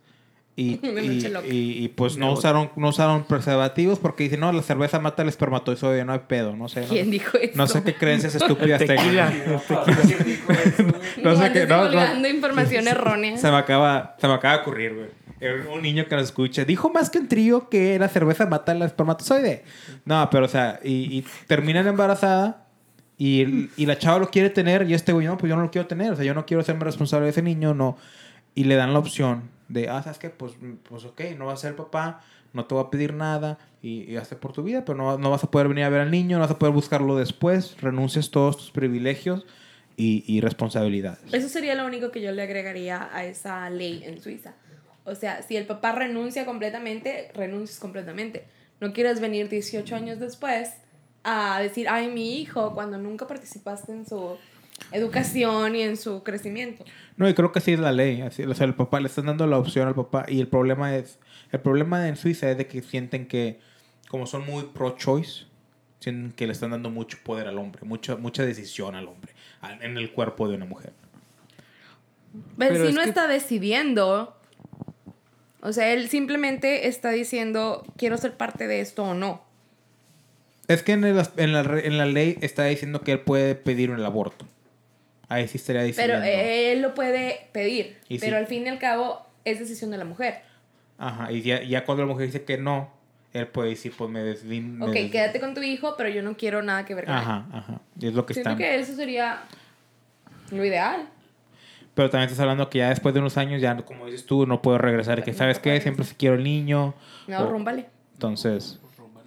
Y pues no usaron preservativos porque dicen, no, la cerveza mata el espermatozoide, no hay pedo. No sé. ¿Quién dijo eso? No sé qué creencias estúpidas Tequila. tengan. No sé qué. Divulgando información errónea. Se me acaba de ocurrir, güey. Un niño que nos escucha dijo más que un trío que la cerveza mata el espermatozoide. No, pero o sea, y terminan embarazada y la chava lo quiere tener y este güey, no, pues yo no lo quiero tener. O sea, yo no quiero hacerme responsable de ese niño, no. Y le dan la opción de, ¿sabes qué? Pues ok, no vas a ser el papá, no te voy a pedir nada y hazte por tu vida, pero no vas a poder venir a ver al niño, no vas a poder buscarlo después, renuncias todos tus privilegios y responsabilidades. Eso sería lo único que yo le agregaría a esa ley en Suiza. O sea, si el papá renuncia completamente, renuncias completamente. No quieres venir 18 años después a decir, ay, mi hijo, cuando nunca participaste en su educación y en su crecimiento. No, y creo que sí es la ley. Así, o sea, el papá le están dando la opción al papá. Y el problema en Suiza es de que sienten que, como son muy pro-choice, sienten que le están dando mucho poder al hombre, mucha decisión al hombre, en el cuerpo de una mujer. Pero si no está decidiendo, o sea, él simplemente está diciendo, quiero ser parte de esto o no. Es que en la ley está diciendo que él puede pedir el aborto. Ahí sí estaría diciendo. Pero él lo puede pedir. Y pero sí. al fin y al cabo es decisión de la mujer. Ajá, y ya cuando la mujer dice que no, él puede decir, pues Ok, quédate con tu hijo, pero yo no quiero nada que ver con él. Ajá. Y es lo que Siento están. que eso sería lo ideal. Pero también estás hablando que ya después de unos años, ya como dices tú, no puedo regresar. Que, ¿sabes qué? Siempre se quiero el niño. No, rúmbale. Entonces,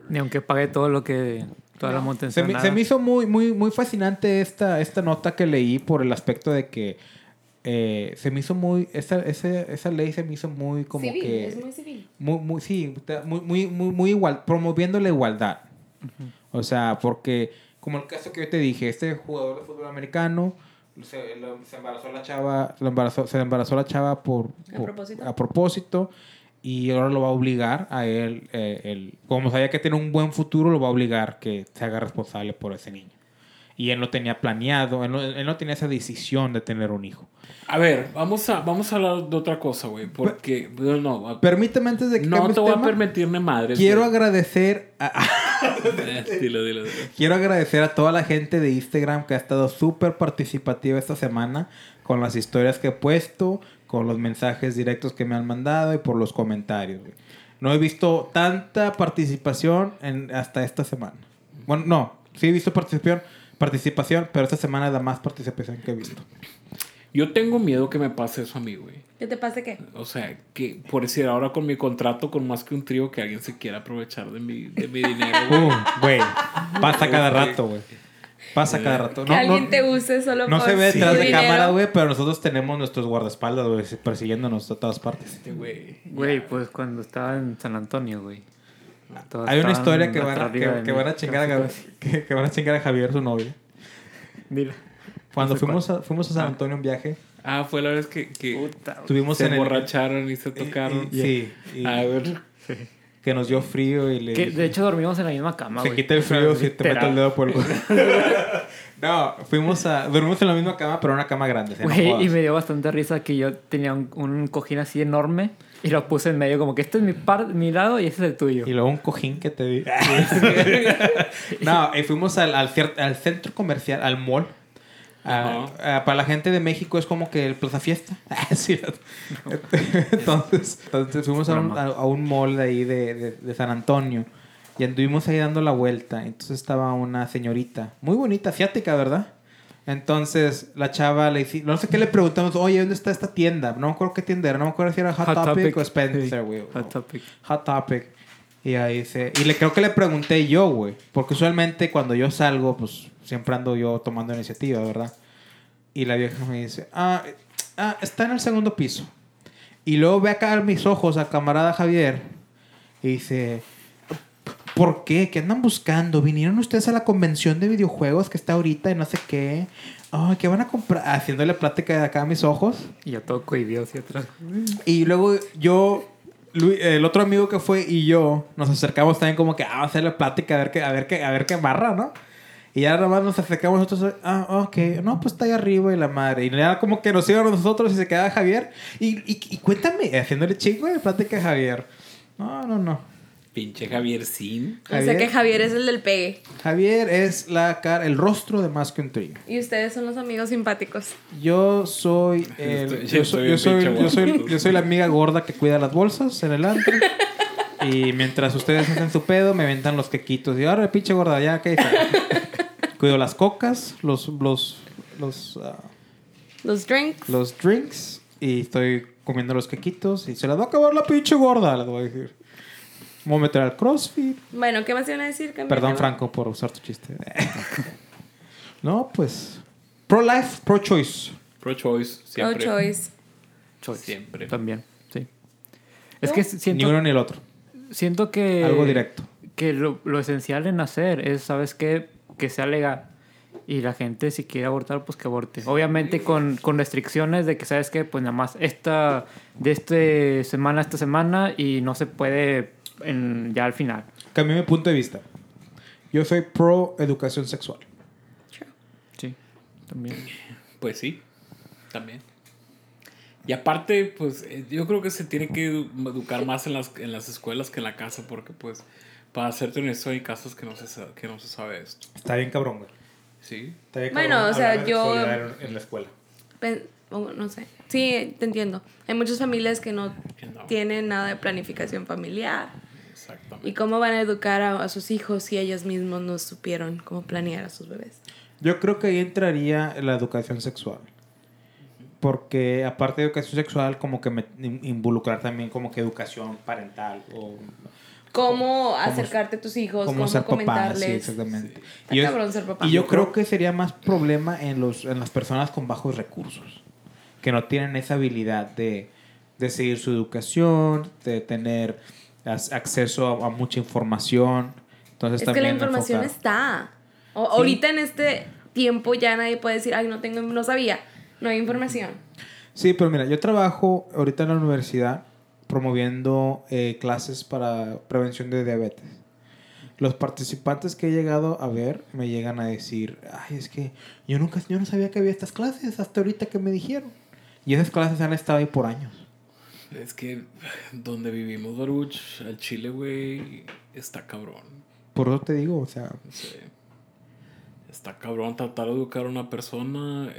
Ni aunque pague todo lo que... Toda la manutención. Se me hizo muy fascinante esta nota que leí por el aspecto de que se me hizo muy... Esa ley se me hizo muy como civil, que... es muy civil. Muy igual, promoviendo la igualdad. O sea, porque como el caso que yo te dije, este jugador de fútbol americano se embarazó la chava, se embarazó la chava a propósito y ahora lo va a obligar a él, como sabía que tiene un buen futuro, lo va a obligar que se haga responsable por ese niño. Y él no tenía planeado, él no tenía esa decisión de tener un hijo. A ver, vamos a hablar de otra cosa, güey. Porque, permíteme antes de que no te voy tema, a permitirme madre. Quiero agradecer Dilo. Quiero agradecer a toda la gente de Instagram que ha estado súper participativa esta semana con las historias que he puesto, con los mensajes directos que me han mandado y por los comentarios. Güey. No he visto tanta participación hasta esta semana. Bueno, no, sí he visto participación, pero esta semana es la más participación que he visto. Yo tengo miedo que me pase eso a mí, güey. ¿Qué te pase qué? O sea, que por decir ahora con mi contrato con Más que un Trío, que alguien se quiera aprovechar de mi dinero. Güey, pasa cada rato, güey. Pasa cada rato. Que alguien te use solo por no se ve detrás de dinero. cámara, güey, pero nosotros tenemos nuestros guardaespaldas, güey, persiguiéndonos a todas partes. Güey, pues cuando estaba en San Antonio, güey. Hay una historia que van a chingar a Javier, su novio. Dile. Cuando fuimos a San Antonio en viaje. Fue la vez que tuvimos se emborracharon y se tocaron. Sí. A ver. Sí. Que nos dio frío y le... Que de hecho dormimos en la misma cama, güey. Se quita el frío si te metes el dedo por el... No, dormimos en la misma cama, pero una cama grande. Güey, y me dio bastante risa que yo tenía un cojín así enorme y lo puse en medio, como que este es mi lado y este es el tuyo. Y luego un cojín que te di. No, y fuimos al centro comercial, al mall. Para la gente de México es como que el Plaza Fiesta. Sí. Entonces fuimos a un mall de ahí de San Antonio y anduvimos ahí dando la vuelta. Entonces estaba una señorita muy bonita, asiática, ¿verdad? Entonces la chava no sé qué le preguntamos, oye, ¿dónde está esta tienda? No me acuerdo qué tienda era, no me acuerdo si era Hot Topic o Spencer, güey. Hot Topic. Y ahí creo que le pregunté yo, güey, porque usualmente cuando yo salgo, pues siempre ando yo tomando iniciativa, ¿verdad? Y la vieja me dice, está en el segundo piso. Y luego ve acá a mis ojos al camarada Javier y dice, ¿por qué? ¿Qué andan buscando? ¿Vinieron ustedes a la convención de videojuegos que está ahorita y no sé qué? ¿Qué van a comprar? Haciéndole plática de acá a mis ojos. Y yo todo cohibido hacia atrás. Y luego el otro amigo que fue y yo nos acercamos también como que a hacerle plática a ver qué barra, ¿no? Y ya nada más nos acercamos nosotros. Ok. No, pues está ahí arriba y la madre. Y ya como que nos íbamos nosotros y se quedaba Javier. Y cuéntame, haciéndole chingo de plática a Javier. No. Pinche Javier Sin. O sea que Javier es el del pegue. Javier es el rostro de Más que un Trío. Y ustedes son los amigos simpáticos. Yo soy la amiga gorda que cuida las bolsas en el antro. Y mientras ustedes hacen su pedo, me aventan los quequitos. Y ahora, pinche gorda, ya, ¿qué dice? Cuido las cocas, los drinks. Los drinks. Y estoy comiendo los quequitos. Y se las va a acabar la pinche gorda, les voy a decir. Me voy a meter al CrossFit. Bueno, ¿qué más iban a decir? Perdón, Franco, por usar tu chiste. No, pues... Pro-life, pro-choice. Pro-choice, siempre. Pro-choice. Siempre. También, sí. Es que siento... Ni uno ni el otro. Siento que... Algo directo. Que lo esencial en hacer es, ¿sabes qué? Que sea legal. Y la gente, si quiere abortar, pues que aborte. Obviamente con restricciones de que, ¿sabes qué? Pues nada más de esta semana y no se puede ya al final. Cambié mi punto de vista. Yo soy pro educación sexual. Sí, también. Pues sí, también. Y aparte, pues yo creo que se tiene que educar más en las escuelas que en la casa, porque pues para serte honesto hay casos que no se sabe esto. Está bien cabrón, güey. Sí. Está bien bueno, cabrón o sea, hablar de yo... sexualidad en la escuela. No sé. Sí, te entiendo. Hay muchas familias que no tienen nada de planificación familiar. Exactamente. ¿Y cómo van a educar a sus hijos si ellos mismos no supieron cómo planear a sus bebés? Yo creo que ahí entraría la educación sexual. Porque aparte de educación sexual, como que involucrar también como que educación parental. cómo acercarte a tus hijos, cómo ser papá, comentarles. sí, exactamente. Está cabrón ser papá. Y yo creo que sería más problema en las personas con bajos recursos, que no tienen esa habilidad de seguir su educación, de tener acceso a mucha información. Entonces, es que la información está. Ahorita en este tiempo ya nadie puede decir, ay, no sabía, no hay información. Sí, pero mira, yo trabajo ahorita en la universidad promoviendo clases para prevención de diabetes. Los participantes que he llegado a ver me llegan a decir, ay, es que yo no sabía que había estas clases hasta ahorita que me dijeron. Y esas clases han estado ahí por años. Es que donde vivimos, Baruch, al Chile, güey, está cabrón. Por eso te digo, o sea... Sí. Está cabrón tratar de educar a una persona,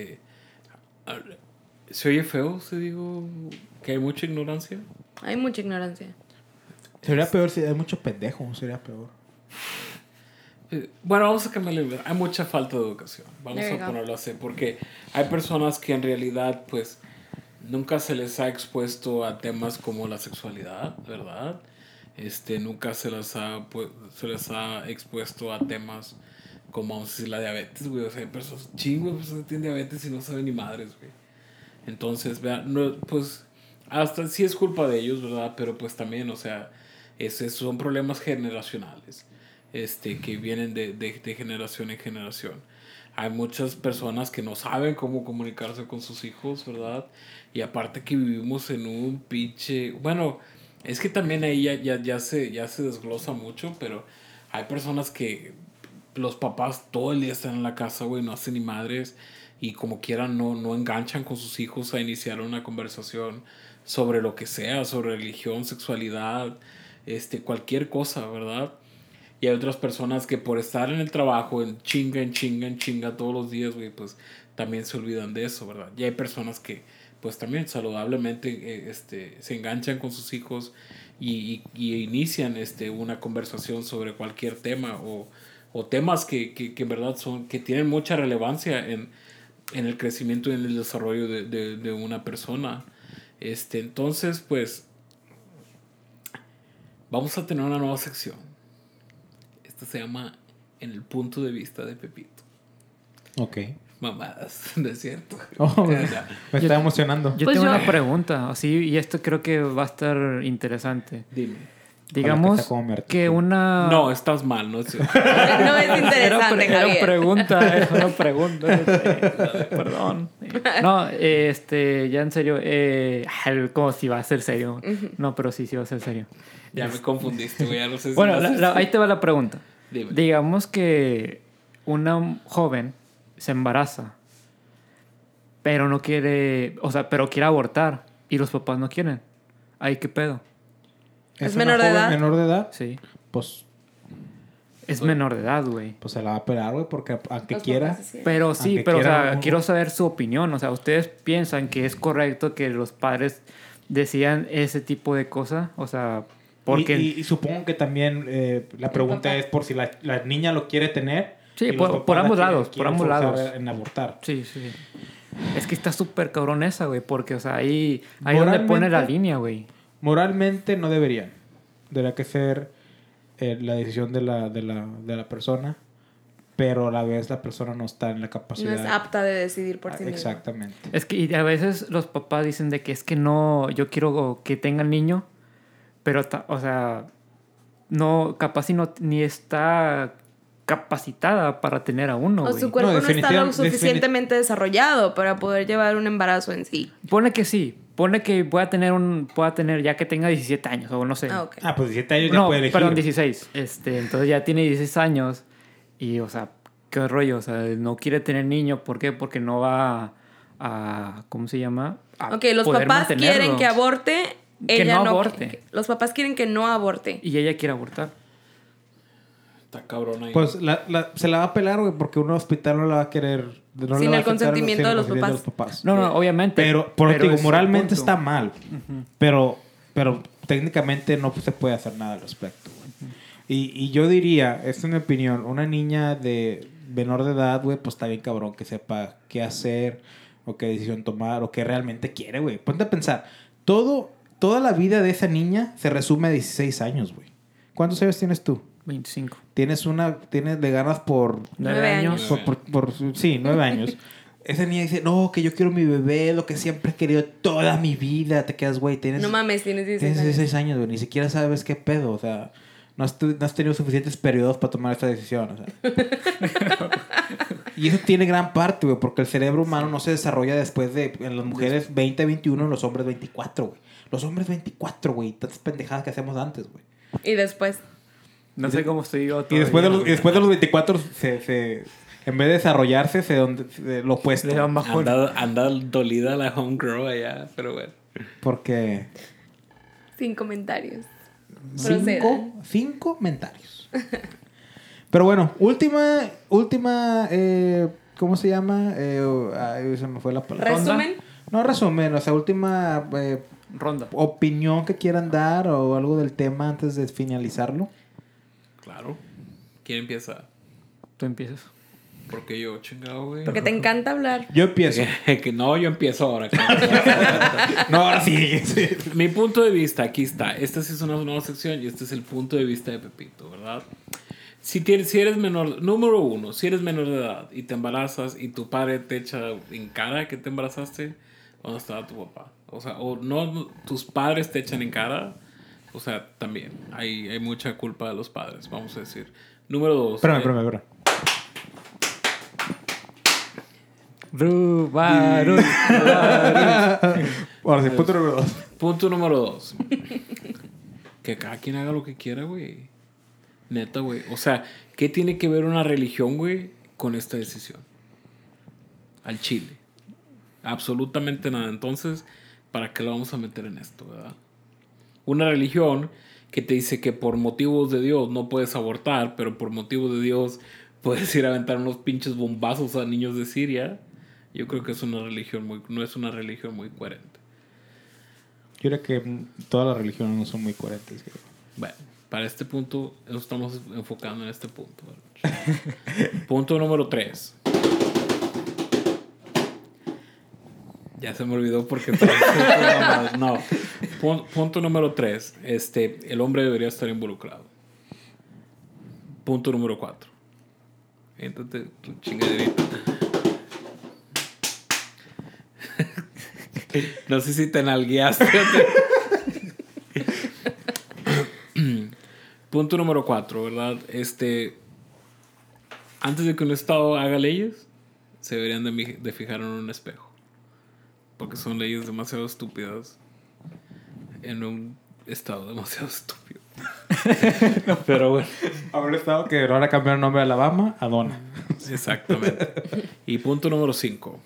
se oye feo, se digo, que hay mucha ignorancia. Hay mucha ignorancia. Sería peor si hay mucho pendejo, sería peor. Bueno, vamos a cambiarle. Hay mucha falta de educación. Vamos a ponerlo así. Porque hay personas que en realidad, pues, nunca se les ha expuesto a temas como la sexualidad, ¿verdad? Nunca se les ha expuesto a temas como, vamos a decir, la diabetes, güey. O sea, hay personas que tienen diabetes y no saben ni madres, güey. Entonces, vean, no, pues, hasta sí es culpa de ellos, ¿verdad? Pero pues también, o sea, son problemas generacionales, que vienen de generación en generación. Hay muchas personas que no saben cómo comunicarse con sus hijos, ¿verdad? Y aparte que vivimos en un pinche... Bueno, es que también ahí ya se desglosa mucho, pero hay personas que los papás todo el día están en la casa, güey, no hacen ni madres, y como quieran no enganchan con sus hijos a iniciar una conversación sobre lo que sea, sobre religión, sexualidad, cualquier cosa, ¿verdad? Y hay otras personas que por estar en el trabajo, en chinga todos los días, güey, pues también se olvidan de eso, ¿verdad? Y hay personas que, pues también saludablemente, se enganchan con sus hijos y inician, una conversación sobre cualquier tema o temas que en verdad que tienen mucha relevancia en el crecimiento y en el desarrollo de una persona. Entonces, pues, vamos a tener una nueva sección. Esta se llama En el punto de vista de Pepito. Ok. Mamadas, ¿no es cierto? Oh, me está emocionando. Yo tengo una pregunta, así, y esto creo que va a estar interesante. Dime. Digamos que una... No, estás mal, ¿no? No es interesante, Era una pregunta. Perdón. No, ya en serio, como si va a ser serio. No, pero sí va a ser serio. Ya me confundiste, güey, ya no sé si... Bueno, ahí te va la pregunta. Dime. Digamos que una joven se embaraza, pero no quiere, o sea, pero quiere abortar y los papás no quieren. ¿Ahí qué pedo? ¿Es menor de edad? ¿Menor de edad? Sí. Pues... Es menor de edad, güey. Pues se la va a pelar, güey, porque aunque quiera... Pero sí, aunque pero quiera, o sea, quiero saber su opinión. O sea, ¿ustedes piensan que es correcto que los padres decidan ese tipo de cosas? O sea, porque... Y supongo que también la pregunta es por si la niña lo quiere tener. Sí, por ambos lados, por ambos lados. En abortar. Sí. Es que está súper cabrón esa, güey, porque, o sea, ahí donde pone la línea, güey. Moralmente no deberían. Debería que ser la decisión de la persona, pero a la vez la persona no está en la capacidad. No es apta de decidir por sí misma. Exactamente. Es que y a veces los papás dicen de que es que no, yo quiero que tenga el niño, pero, o sea, no, capaz ni está capacitada para tener a uno, O güey. su cuerpo no está lo suficientemente desarrollado para poder llevar un embarazo en sí. Pone que sí. Pone que pueda tener ya que tenga 17 años o no sé. Okay. Pues 17 años ya puede elegir. Perdón, 16. Entonces ya tiene 16 años y, o sea, qué rollo, o sea, no quiere tener niño, ¿por qué? Porque no va a ¿cómo se llama? Los papás quieren que aborte, ella no aborte. Los papás quieren que no aborte. Y ella quiere abortar. Está cabrón ahí. Pues se la va a pelar, güey, porque un hospital no la va a querer... No sin va el consentimiento de los papás. No, obviamente. Pero digo, moralmente está mal. Pero técnicamente no se puede hacer nada al respecto, güey. Y yo diría, esta es mi opinión, una niña de menor de edad, güey, pues está bien cabrón que sepa qué hacer o qué decisión tomar o qué realmente quiere, güey. Ponte a pensar, toda la vida de esa niña se resume a 16 años, güey. ¿Cuántos años tienes tú? 25. Le ganas por... 9 años. Sí, 9 años. Esa niña dice, no, que yo quiero mi bebé, lo que siempre he querido toda mi vida. Te quedas, güey, No mames, tienes 16 tienes 16 años, güey. Ni siquiera sabes qué pedo. O sea, no has tenido suficientes periodos para tomar esta decisión. O sea. Y eso tiene gran parte, güey, porque el cerebro humano no se desarrolla después de... En las mujeres 20, 21, en los hombres 24, güey. Los hombres 24, güey. Tantas pendejadas que hacemos antes, güey. Y después. No sé cómo estoy yo Y después de los 24, en vez de desarrollarse, lo opuesto. Le dan bajón. Anda dolida la homegirl allá, pero bueno. Porque... Sin comentarios. 5 comentarios. Pero bueno, última ¿cómo se llama? Se me fue la palabra. ¿Resumen? No, resumen, o sea, última Ronda. opinión que quieran dar o algo del tema antes de finalizarlo. Claro. ¿Quién empieza? Tú empiezas. Porque yo, chingado, güey. Porque te encanta hablar. Yo empiezo. Que no, yo empiezo ahora. No, ahora sí. Mi punto de vista, aquí está. Esta sí es una nueva sección y este es el punto de vista de Pepito, ¿verdad? Si eres menor, número uno, si eres menor de edad y te embarazas y tu padre te echa en cara que te embarazaste, ¿dónde estaba tu papá? O sea, o no, tus padres te echan en cara, o sea, también hay mucha culpa de los padres, vamos a decir. Número dos. Espérame. Ahora sí, punto número 2. Punto número 2. Que cada quien haga lo que quiera, güey. Neta, güey. O sea, ¿qué tiene que ver una religión, güey, con esta decisión? Al chile. Absolutamente nada. Entonces, ¿para qué lo vamos a meter en esto, verdad? Una religión que te dice que por motivos de Dios no puedes abortar, pero por motivos de Dios puedes ir a aventar unos pinches bombazos a niños de Siria. Yo creo que es una religión no es una religión muy coherente. Yo creo que todas las religiones no son muy coherentes. Creo. Bueno, para este punto, nos estamos enfocando en este punto. Punto número 3. Ya se me olvidó porque... No. Punto número 3. El hombre debería estar involucrado. Punto número 4. Entonces, tu chingaderita. No sé si te nalgueaste. Punto número 4, ¿verdad? Antes de que un estado haga leyes, se deberían de fijar en un espejo. Porque son leyes demasiado estúpidas en un estado demasiado estúpido. Pero bueno. Habrá estado que ahora cambiar el nombre de Alabama a Donna. Exactamente. Y punto número 5.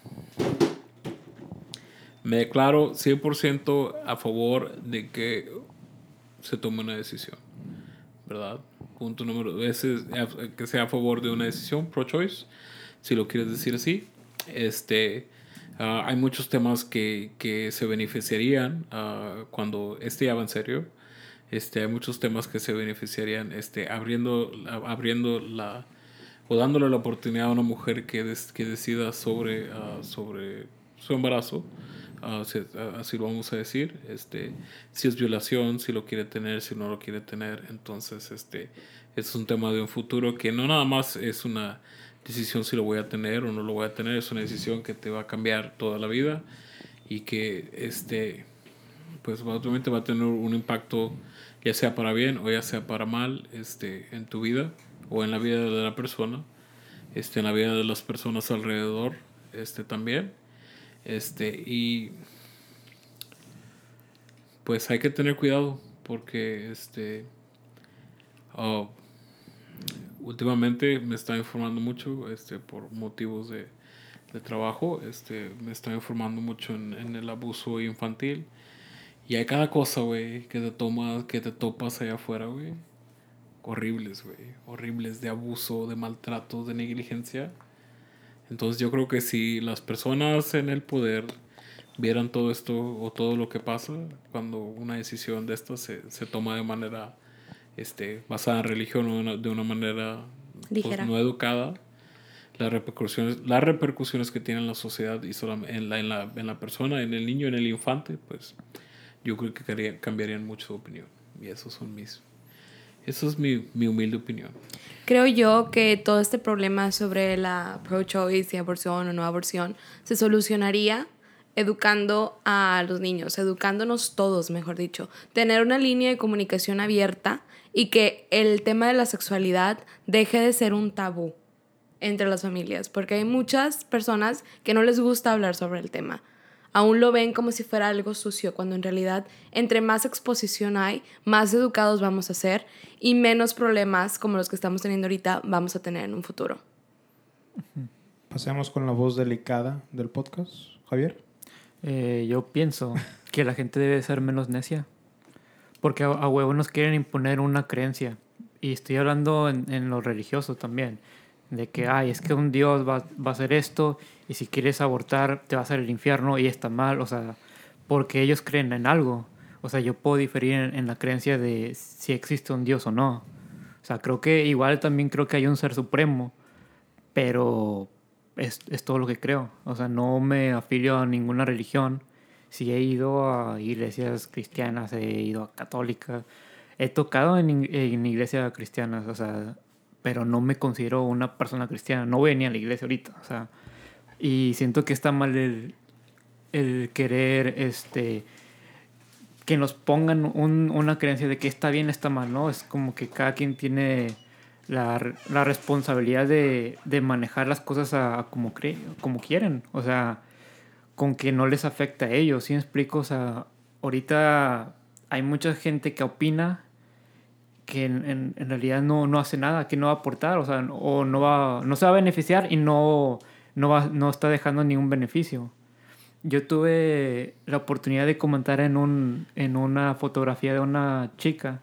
Me declaro 100% a favor de que se tome una decisión, ¿verdad? Punto número 2 es que sea a favor de una decisión pro-choice, si lo quieres decir así. Hay muchos temas que se beneficiarían cuando ya va en serio. Hay muchos temas que se beneficiarían abriendo o dándole la oportunidad a una mujer que decida sobre su embarazo. Así lo vamos a decir. Si es violación, si lo quiere tener, si no lo quiere tener. Entonces, es un tema de un futuro que no nada más es una decisión si lo voy a tener o no lo voy a tener. Es una decisión que te va a cambiar toda la vida y que pues obviamente va a tener un impacto, ya sea para bien o ya sea para mal, en tu vida o en la vida de la persona, en la vida de las personas alrededor, también. Y pues hay que tener cuidado porque últimamente me está informando mucho por motivos de trabajo. Me está informando mucho en el abuso infantil y hay cada cosa, güey, que te topas allá afuera, güey, horribles, güey, horribles, de abuso, de maltrato, de negligencia. Entonces yo creo que si las personas en el poder vieran todo esto o todo lo que pasa cuando una decisión de estas se toma de manera basada en religión o de una manera pues, no educada, las repercusiones que tiene en la sociedad y en la persona, en el niño, en el infante, pues yo creo que cambiarían mucho de opinión. Y esos son mis Eso es mi humilde opinión. Creo yo que todo este problema sobre la pro-choice y aborción o no aborción se solucionaría educando a los niños, educándonos todos, mejor dicho. Tener una línea de comunicación abierta y que el tema de la sexualidad deje de ser un tabú entre las familias, porque hay muchas personas que no les gusta hablar sobre el tema. Aún lo ven como si fuera algo sucio, cuando en realidad entre más exposición hay, más educados vamos a ser y menos problemas como los que estamos teniendo ahorita vamos a tener en un futuro. Pasemos con la voz delicada del podcast, Javier. Yo pienso que la gente debe ser menos necia, porque a huevo nos quieren imponer una creencia. Y estoy hablando en lo religioso también, de que es que un Dios va a hacer esto, y si quieres abortar te va a hacer el infierno y está mal, o sea, porque ellos creen en algo. O sea, yo puedo diferir en la creencia de si existe un Dios o no. O sea, creo que igual también creo que hay un ser supremo, pero es todo lo que creo. O sea, no me afilio a ninguna religión. Sí he ido a iglesias cristianas, he ido a católicas, he tocado en iglesias cristianas, o sea, pero no me considero una persona cristiana. No voy ni a la iglesia ahorita, o sea, y siento que está mal el querer que nos pongan una creencia de que está bien, está mal, ¿no? Es como que cada quien tiene la responsabilidad de manejar las cosas como quieren, o sea, con que no les afecta a ellos, ¿sí me explico? O sea, ahorita hay mucha gente que opina que en realidad no hace nada, que no va a aportar, o sea, o no se va a beneficiar y no está dejando ningún beneficio. Yo tuve la oportunidad de comentar en una fotografía de una chica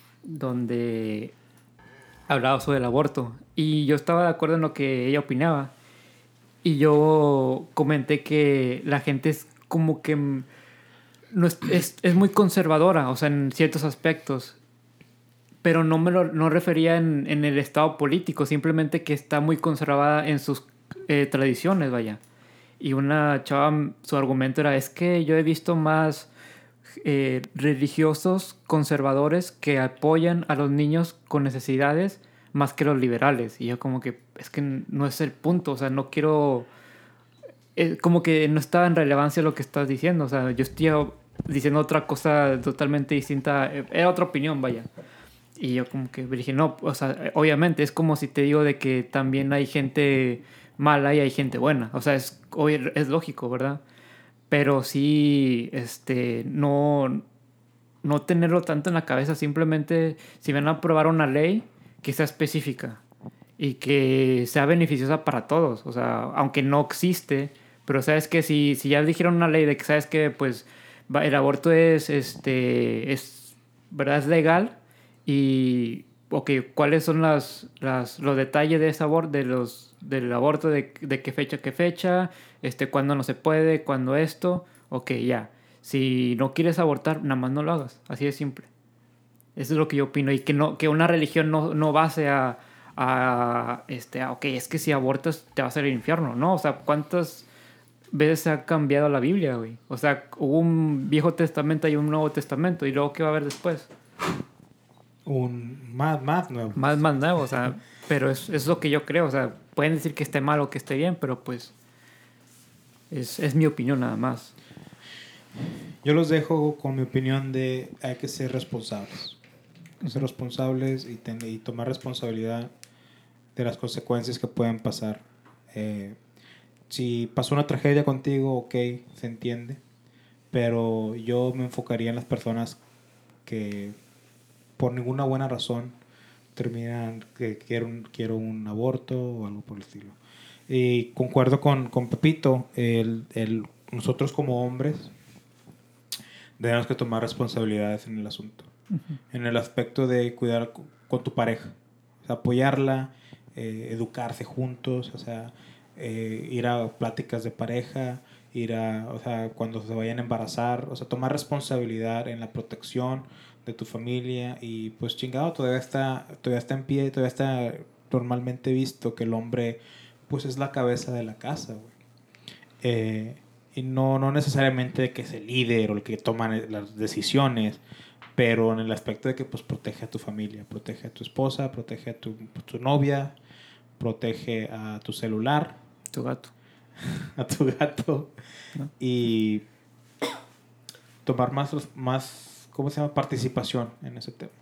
donde hablaba sobre el aborto y yo estaba de acuerdo en lo que ella opinaba, y yo comenté que la gente es como que no es muy conservadora, o sea, en ciertos aspectos, pero no refería en el estado político, simplemente que está muy conservada en sus tradiciones, vaya. Y una chava, su argumento era, es que yo he visto más religiosos conservadores que apoyan a los niños con necesidades más que los liberales. Y yo como que, es que no es el punto, o sea, no quiero... como que no está en relevancia lo que estás diciendo, o sea, yo estoy diciendo otra cosa totalmente distinta, era otra opinión, vaya. Y yo como que dije, no, o sea, obviamente es como si te digo de que también hay gente mala y hay gente buena. O sea, es lógico, ¿verdad? Pero sí, no tenerlo tanto en la cabeza. Simplemente, si van a aprobar una ley, que sea específica y que sea beneficiosa para todos. O sea, aunque no existe, pero sabes que si ya dijeron una ley de que sabes que pues el aborto es ¿verdad? Es legal. Y, ¿cuáles son los detalles de ese aborto, del aborto, de qué fecha, cuándo no se puede, cuándo esto? Ya. Si no quieres abortar, nada más no lo hagas. Así de simple. Eso es lo que yo opino. Y que una religión no base es que si abortas te va a hacer el infierno. No, o sea, ¿cuántas veces se ha cambiado la Biblia, güey? O sea, hubo un Viejo Testamento y un Nuevo Testamento. ¿Y luego qué va a haber después? Un más nuevo. Más nuevo, o sea, pero es lo que yo creo, o sea, pueden decir que esté mal o que esté bien, pero pues es mi opinión nada más. Yo los dejo con mi opinión de hay que ser responsables. Hay que ser responsables y tomar responsabilidad de las consecuencias que pueden pasar. Si pasó una tragedia contigo, ok, se entiende, pero yo me enfocaría en las personas que por ninguna buena razón terminan que quiero un aborto o algo por el estilo. Y concuerdo con Pepito, nosotros como hombres debemos que tomar responsabilidades en el asunto. Uh-huh. En el aspecto de cuidar con tu pareja, o sea, apoyarla, educarse juntos, o sea, ir a pláticas de pareja, o sea, cuando se vayan a embarazar, o sea, tomar responsabilidad en la protección de tu familia. Y pues chingado, todavía está en pie, todavía está normalmente visto que el hombre pues es la cabeza de la casa, güey. Y no necesariamente que es el líder o el que toma las decisiones, pero en el aspecto de que pues protege a tu familia, protege a tu esposa, protege a tu novia, protege a tu celular, Tu gato. a tu gato, ¿no? Y tomar más ¿cómo se llama? Participación en ese tema.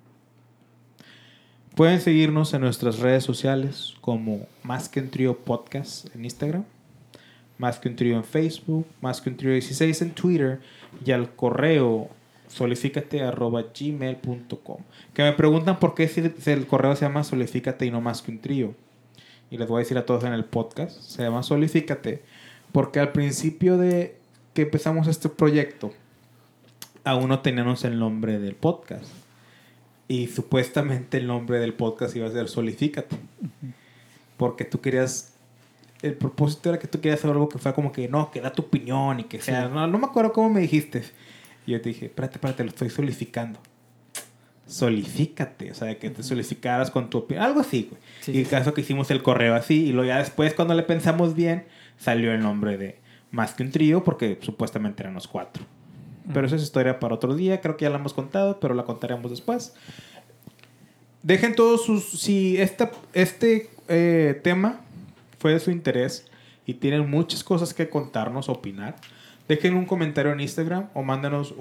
Pueden seguirnos en nuestras redes sociales como Más que un Trío Podcast en Instagram, Más que un Trío en Facebook, Más que un Trío 16 en Twitter y al correo solifícate@gmail.com. Que me preguntan por qué si el correo se llama Solifícate y no Más que un Trío. Y les voy a decir a todos en el podcast, se llama Solifícate porque al principio de que empezamos este proyecto aún no teníamos el nombre del podcast. Y supuestamente el nombre del podcast iba a ser Solifícate. Porque tú querías... El propósito era que tú querías hacer algo que fuera como que... No, que da tu opinión y que sea... Sí. No me acuerdo cómo me dijiste. Y yo te dije... Espérate, lo estoy solidificando. Solifícate. O sea, que te solidificaras con tu opinión. Algo así, güey. Sí, y el caso que hicimos el correo así. Y luego ya después, cuando le pensamos bien... Salió el nombre de Más que un Trío. Porque supuestamente eran los 4. Pero esa es historia para otro día. Creo que ya la hemos contado, pero la contaremos después. Dejen todos sus... Si este tema fue de su interés y tienen muchas cosas que contarnos, opinar, dejen un comentario en Instagram o mándanos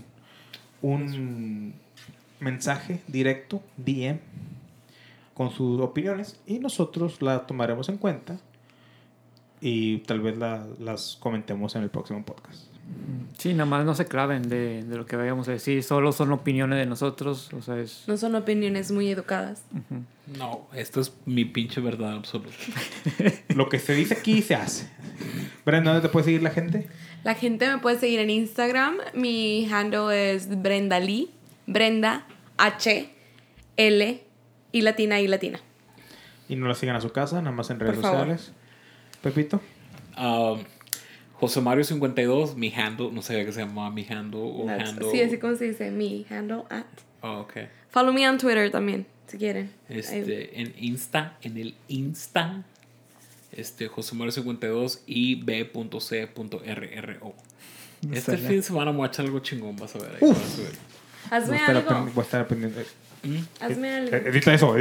un mensaje directo, DM, con sus opiniones y nosotros la tomaremos en cuenta y tal vez las comentemos en el próximo podcast. Sí, nada más no se claven de lo que vayamos a decir. Solo son opiniones de nosotros. O sea, es... No son opiniones muy educadas. No, esto es mi pinche verdad absoluta. Lo que se dice aquí se hace. Brenda, ¿dónde te puede seguir la gente? La gente me puede seguir en Instagram. Mi handle es Brenda Lee. Brenda H L y latina. Y no la sigan a su casa, nada más en redes Por favor. sociales. Pepito. José Mario 52, mi handle, no sabía que se llamaba mi handle o handle. Sí, así como se dice. Mi handle at. Oh, ok. Follow me on Twitter también, si quieren. Ahí. En el Insta, José Mario 52 y b.c.rro. Este fin de semana me voy a echar algo chingón, vas a ver ahí. Vas a ver. Hazme algo. Voy a estar pendiente. Hazme algo. Edita eso.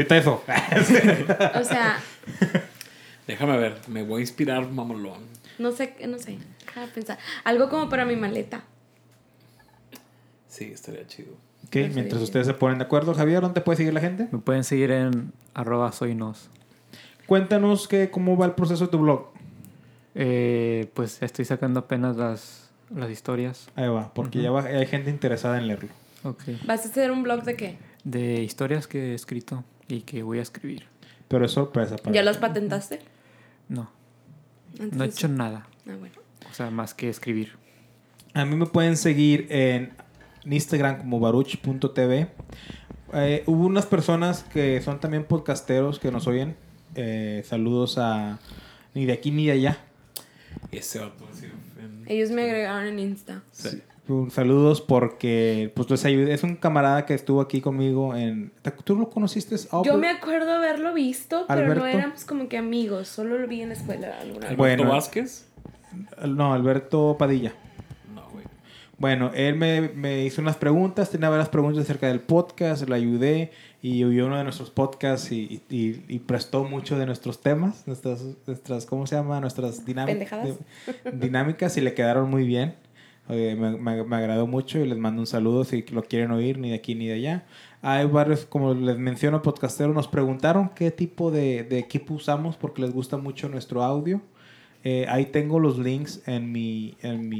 O sea, Déjame ver, me voy a inspirar, mamalón. no sé. Déjame pensar. Algo como para mi maleta. Sí, estaría chido. Ok, mientras ustedes se ponen de acuerdo, Javier, ¿dónde te puede seguir la gente? Me pueden seguir en @soynos. Cuéntanos cómo va el proceso de tu blog. Pues estoy sacando apenas las historias. Ahí va, porque ya hay gente interesada en leerlo. Ok. ¿Vas a hacer un blog de qué? De historias que he escrito y que voy a escribir. Pero es sorpresa para ¿Ya ti. las patentaste? No, Antes no he de hecho eso. nada. Ah, bueno. O sea, más que escribir. A mí me pueden seguir en Instagram como baruch.tv. Hubo unas personas que son también podcasteros que nos oyen. Saludos a ni de aquí ni de allá. Ese vato, sí. Ellos me agregaron en Insta. Sí. Saludos porque pues les ayudé. Es un camarada que estuvo aquí conmigo en... ¿Tú lo conociste? Yo me acuerdo haberlo visto, pero Alberto. no éramos como que amigos. Solo lo vi en la escuela alguna vez. ¿Alberto Bueno. Vázquez? No, Alberto Padilla. No, güey. Bueno, él me hizo unas preguntas, tenía varias preguntas acerca del podcast, le ayudé y oyó uno de nuestros podcasts y prestó mucho de nuestros temas, nuestras ¿cómo se llama? Nuestras Pendejadas. dinámicas y le quedaron muy bien. Me agradó mucho y les mando un saludo si lo quieren oír, ni de aquí ni de allá. Hay varios, como les menciono, podcasteros, nos preguntaron qué tipo de equipo usamos porque les gusta mucho nuestro audio. Ahí tengo los links en mi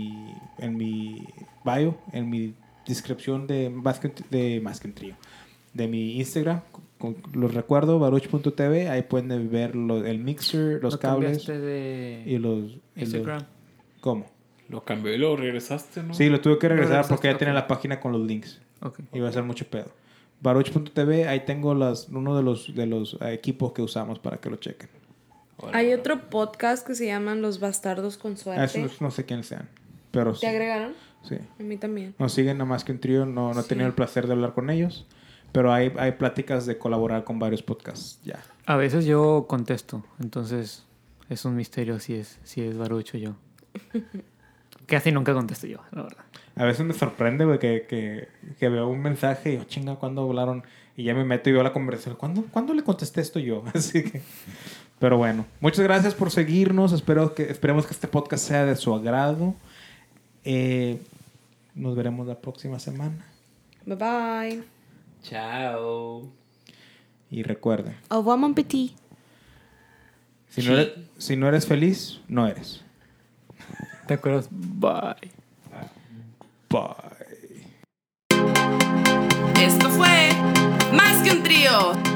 bio, en mi descripción de Más que un Trío, de mi Instagram. Los recuerdo, baruch.tv. Ahí pueden ver el mixer, los ¿No cables cambiaste de y los... Instagram? ¿Cómo? Lo cambió y lo regresaste, ¿no? Sí, lo tuve que regresar regresaste, porque ya ok. tenía la página con los links. Ok. Iba a ser mucho pedo. Baruch.tv, ahí tengo uno de los equipos que usamos para que lo chequen. Órale. Hay otro podcast que se llaman Los Bastardos con Suerte. Esos no sé quiénes sean, pero sí. ¿Te agregaron? Sí. A mí también. Nos siguen nada más que un trío. No he Sí. tenido el placer de hablar con ellos. Pero hay pláticas de colaborar con varios podcasts. Ya. A veces yo contesto, entonces es un misterio si es Baruch o yo. casi nunca contesto yo, la verdad. A veces me sorprende, güey, que veo un mensaje y yo, chinga, ¿cuándo hablaron? Y ya me meto y veo la conversación. ¿Cuándo le contesté esto yo? Así que... Pero bueno, muchas gracias por seguirnos. Esperemos que este podcast sea de su agrado. Nos veremos la próxima semana. Bye bye. Chao. Y recuerden, Au revoir, mon petit. si no eres feliz, no eres. ¿Te acuerdas? Bye. Bye. Esto fue Más que un trío.